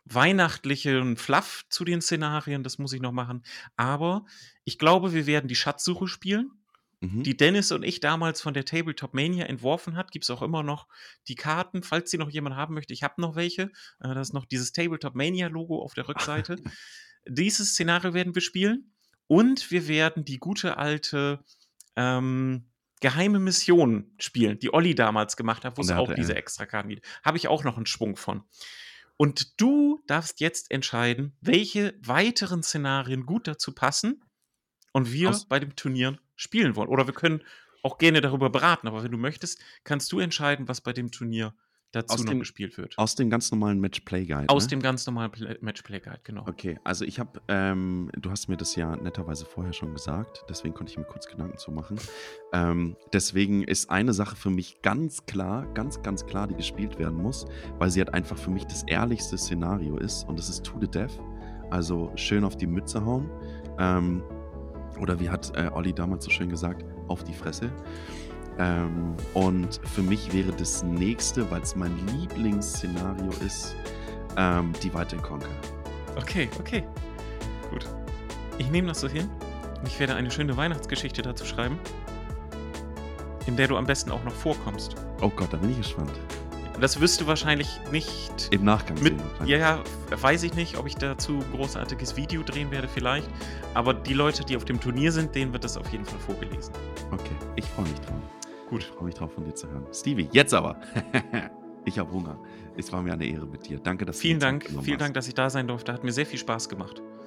weihnachtlichen Fluff zu den Szenarien, das muss ich noch machen. Aber ich glaube, wir werden die Schatzsuche spielen, Mhm. die Dennis und ich damals von der Tabletop Mania entworfen hat. Gibt es auch immer noch die Karten, falls sie noch jemand haben möchte. Ich habe noch welche. Äh, das ist noch dieses Tabletop Mania Logo auf der Rückseite. Dieses Szenario werden wir spielen. Und wir werden die gute alte ähm, geheime Mission spielen, die Olli damals gemacht hat, wo Von es der auch H T L. diese Extrakarten gibt. Habe ich auch noch einen Schwung von. Und du darfst jetzt entscheiden, welche weiteren Szenarien gut dazu passen und wir Aus- bei dem Turnier spielen wollen. Oder wir können auch gerne darüber beraten, aber wenn du möchtest, kannst du entscheiden, was bei dem Turnier dazu Aus noch dem- gespielt wird. Aus dem ganz normalen Match-Play-Guide. Aus ne? dem ganz normalen Pla- Matchplay-Guide, genau. Okay, also ich habe, ähm, du hast mir das ja netterweise vorher schon gesagt, deswegen konnte ich mir kurz Gedanken zu machen. Ähm, deswegen ist eine Sache für mich ganz klar, ganz, ganz klar, die gespielt werden muss, weil sie halt einfach für mich das ehrlichste Szenario ist und das ist To the Death. Also schön auf die Mütze hauen. Ähm, oder wie hat äh, Olli damals so schön gesagt, auf die Fresse. Ähm, und für mich wäre das nächste, weil es mein Lieblingsszenario ist, ähm, Divide and Conquer. Okay, okay. Gut. Ich nehme das so hin. Ich werde eine schöne Weihnachtsgeschichte dazu schreiben, in der du am besten auch noch vorkommst. Oh Gott, da bin ich gespannt. Das wirst du wahrscheinlich nicht Im Nachgang mit. sehen. wahrscheinlich. Ja, ja, weiß ich nicht, ob ich dazu ein großartiges Video drehen werde, vielleicht. Aber die Leute, die auf dem Turnier sind, denen wird das auf jeden Fall vorgelesen. Okay, ich freue mich drauf. Gut. Ich freue mich drauf, von dir zu hören. Stevie, jetzt aber. Ich habe Hunger. Es war mir eine Ehre mit dir. Danke, dass Vielen du dir Zeit Dank, genommen vielen hast. Dank, dass ich da sein durfte. Hat mir sehr viel Spaß gemacht.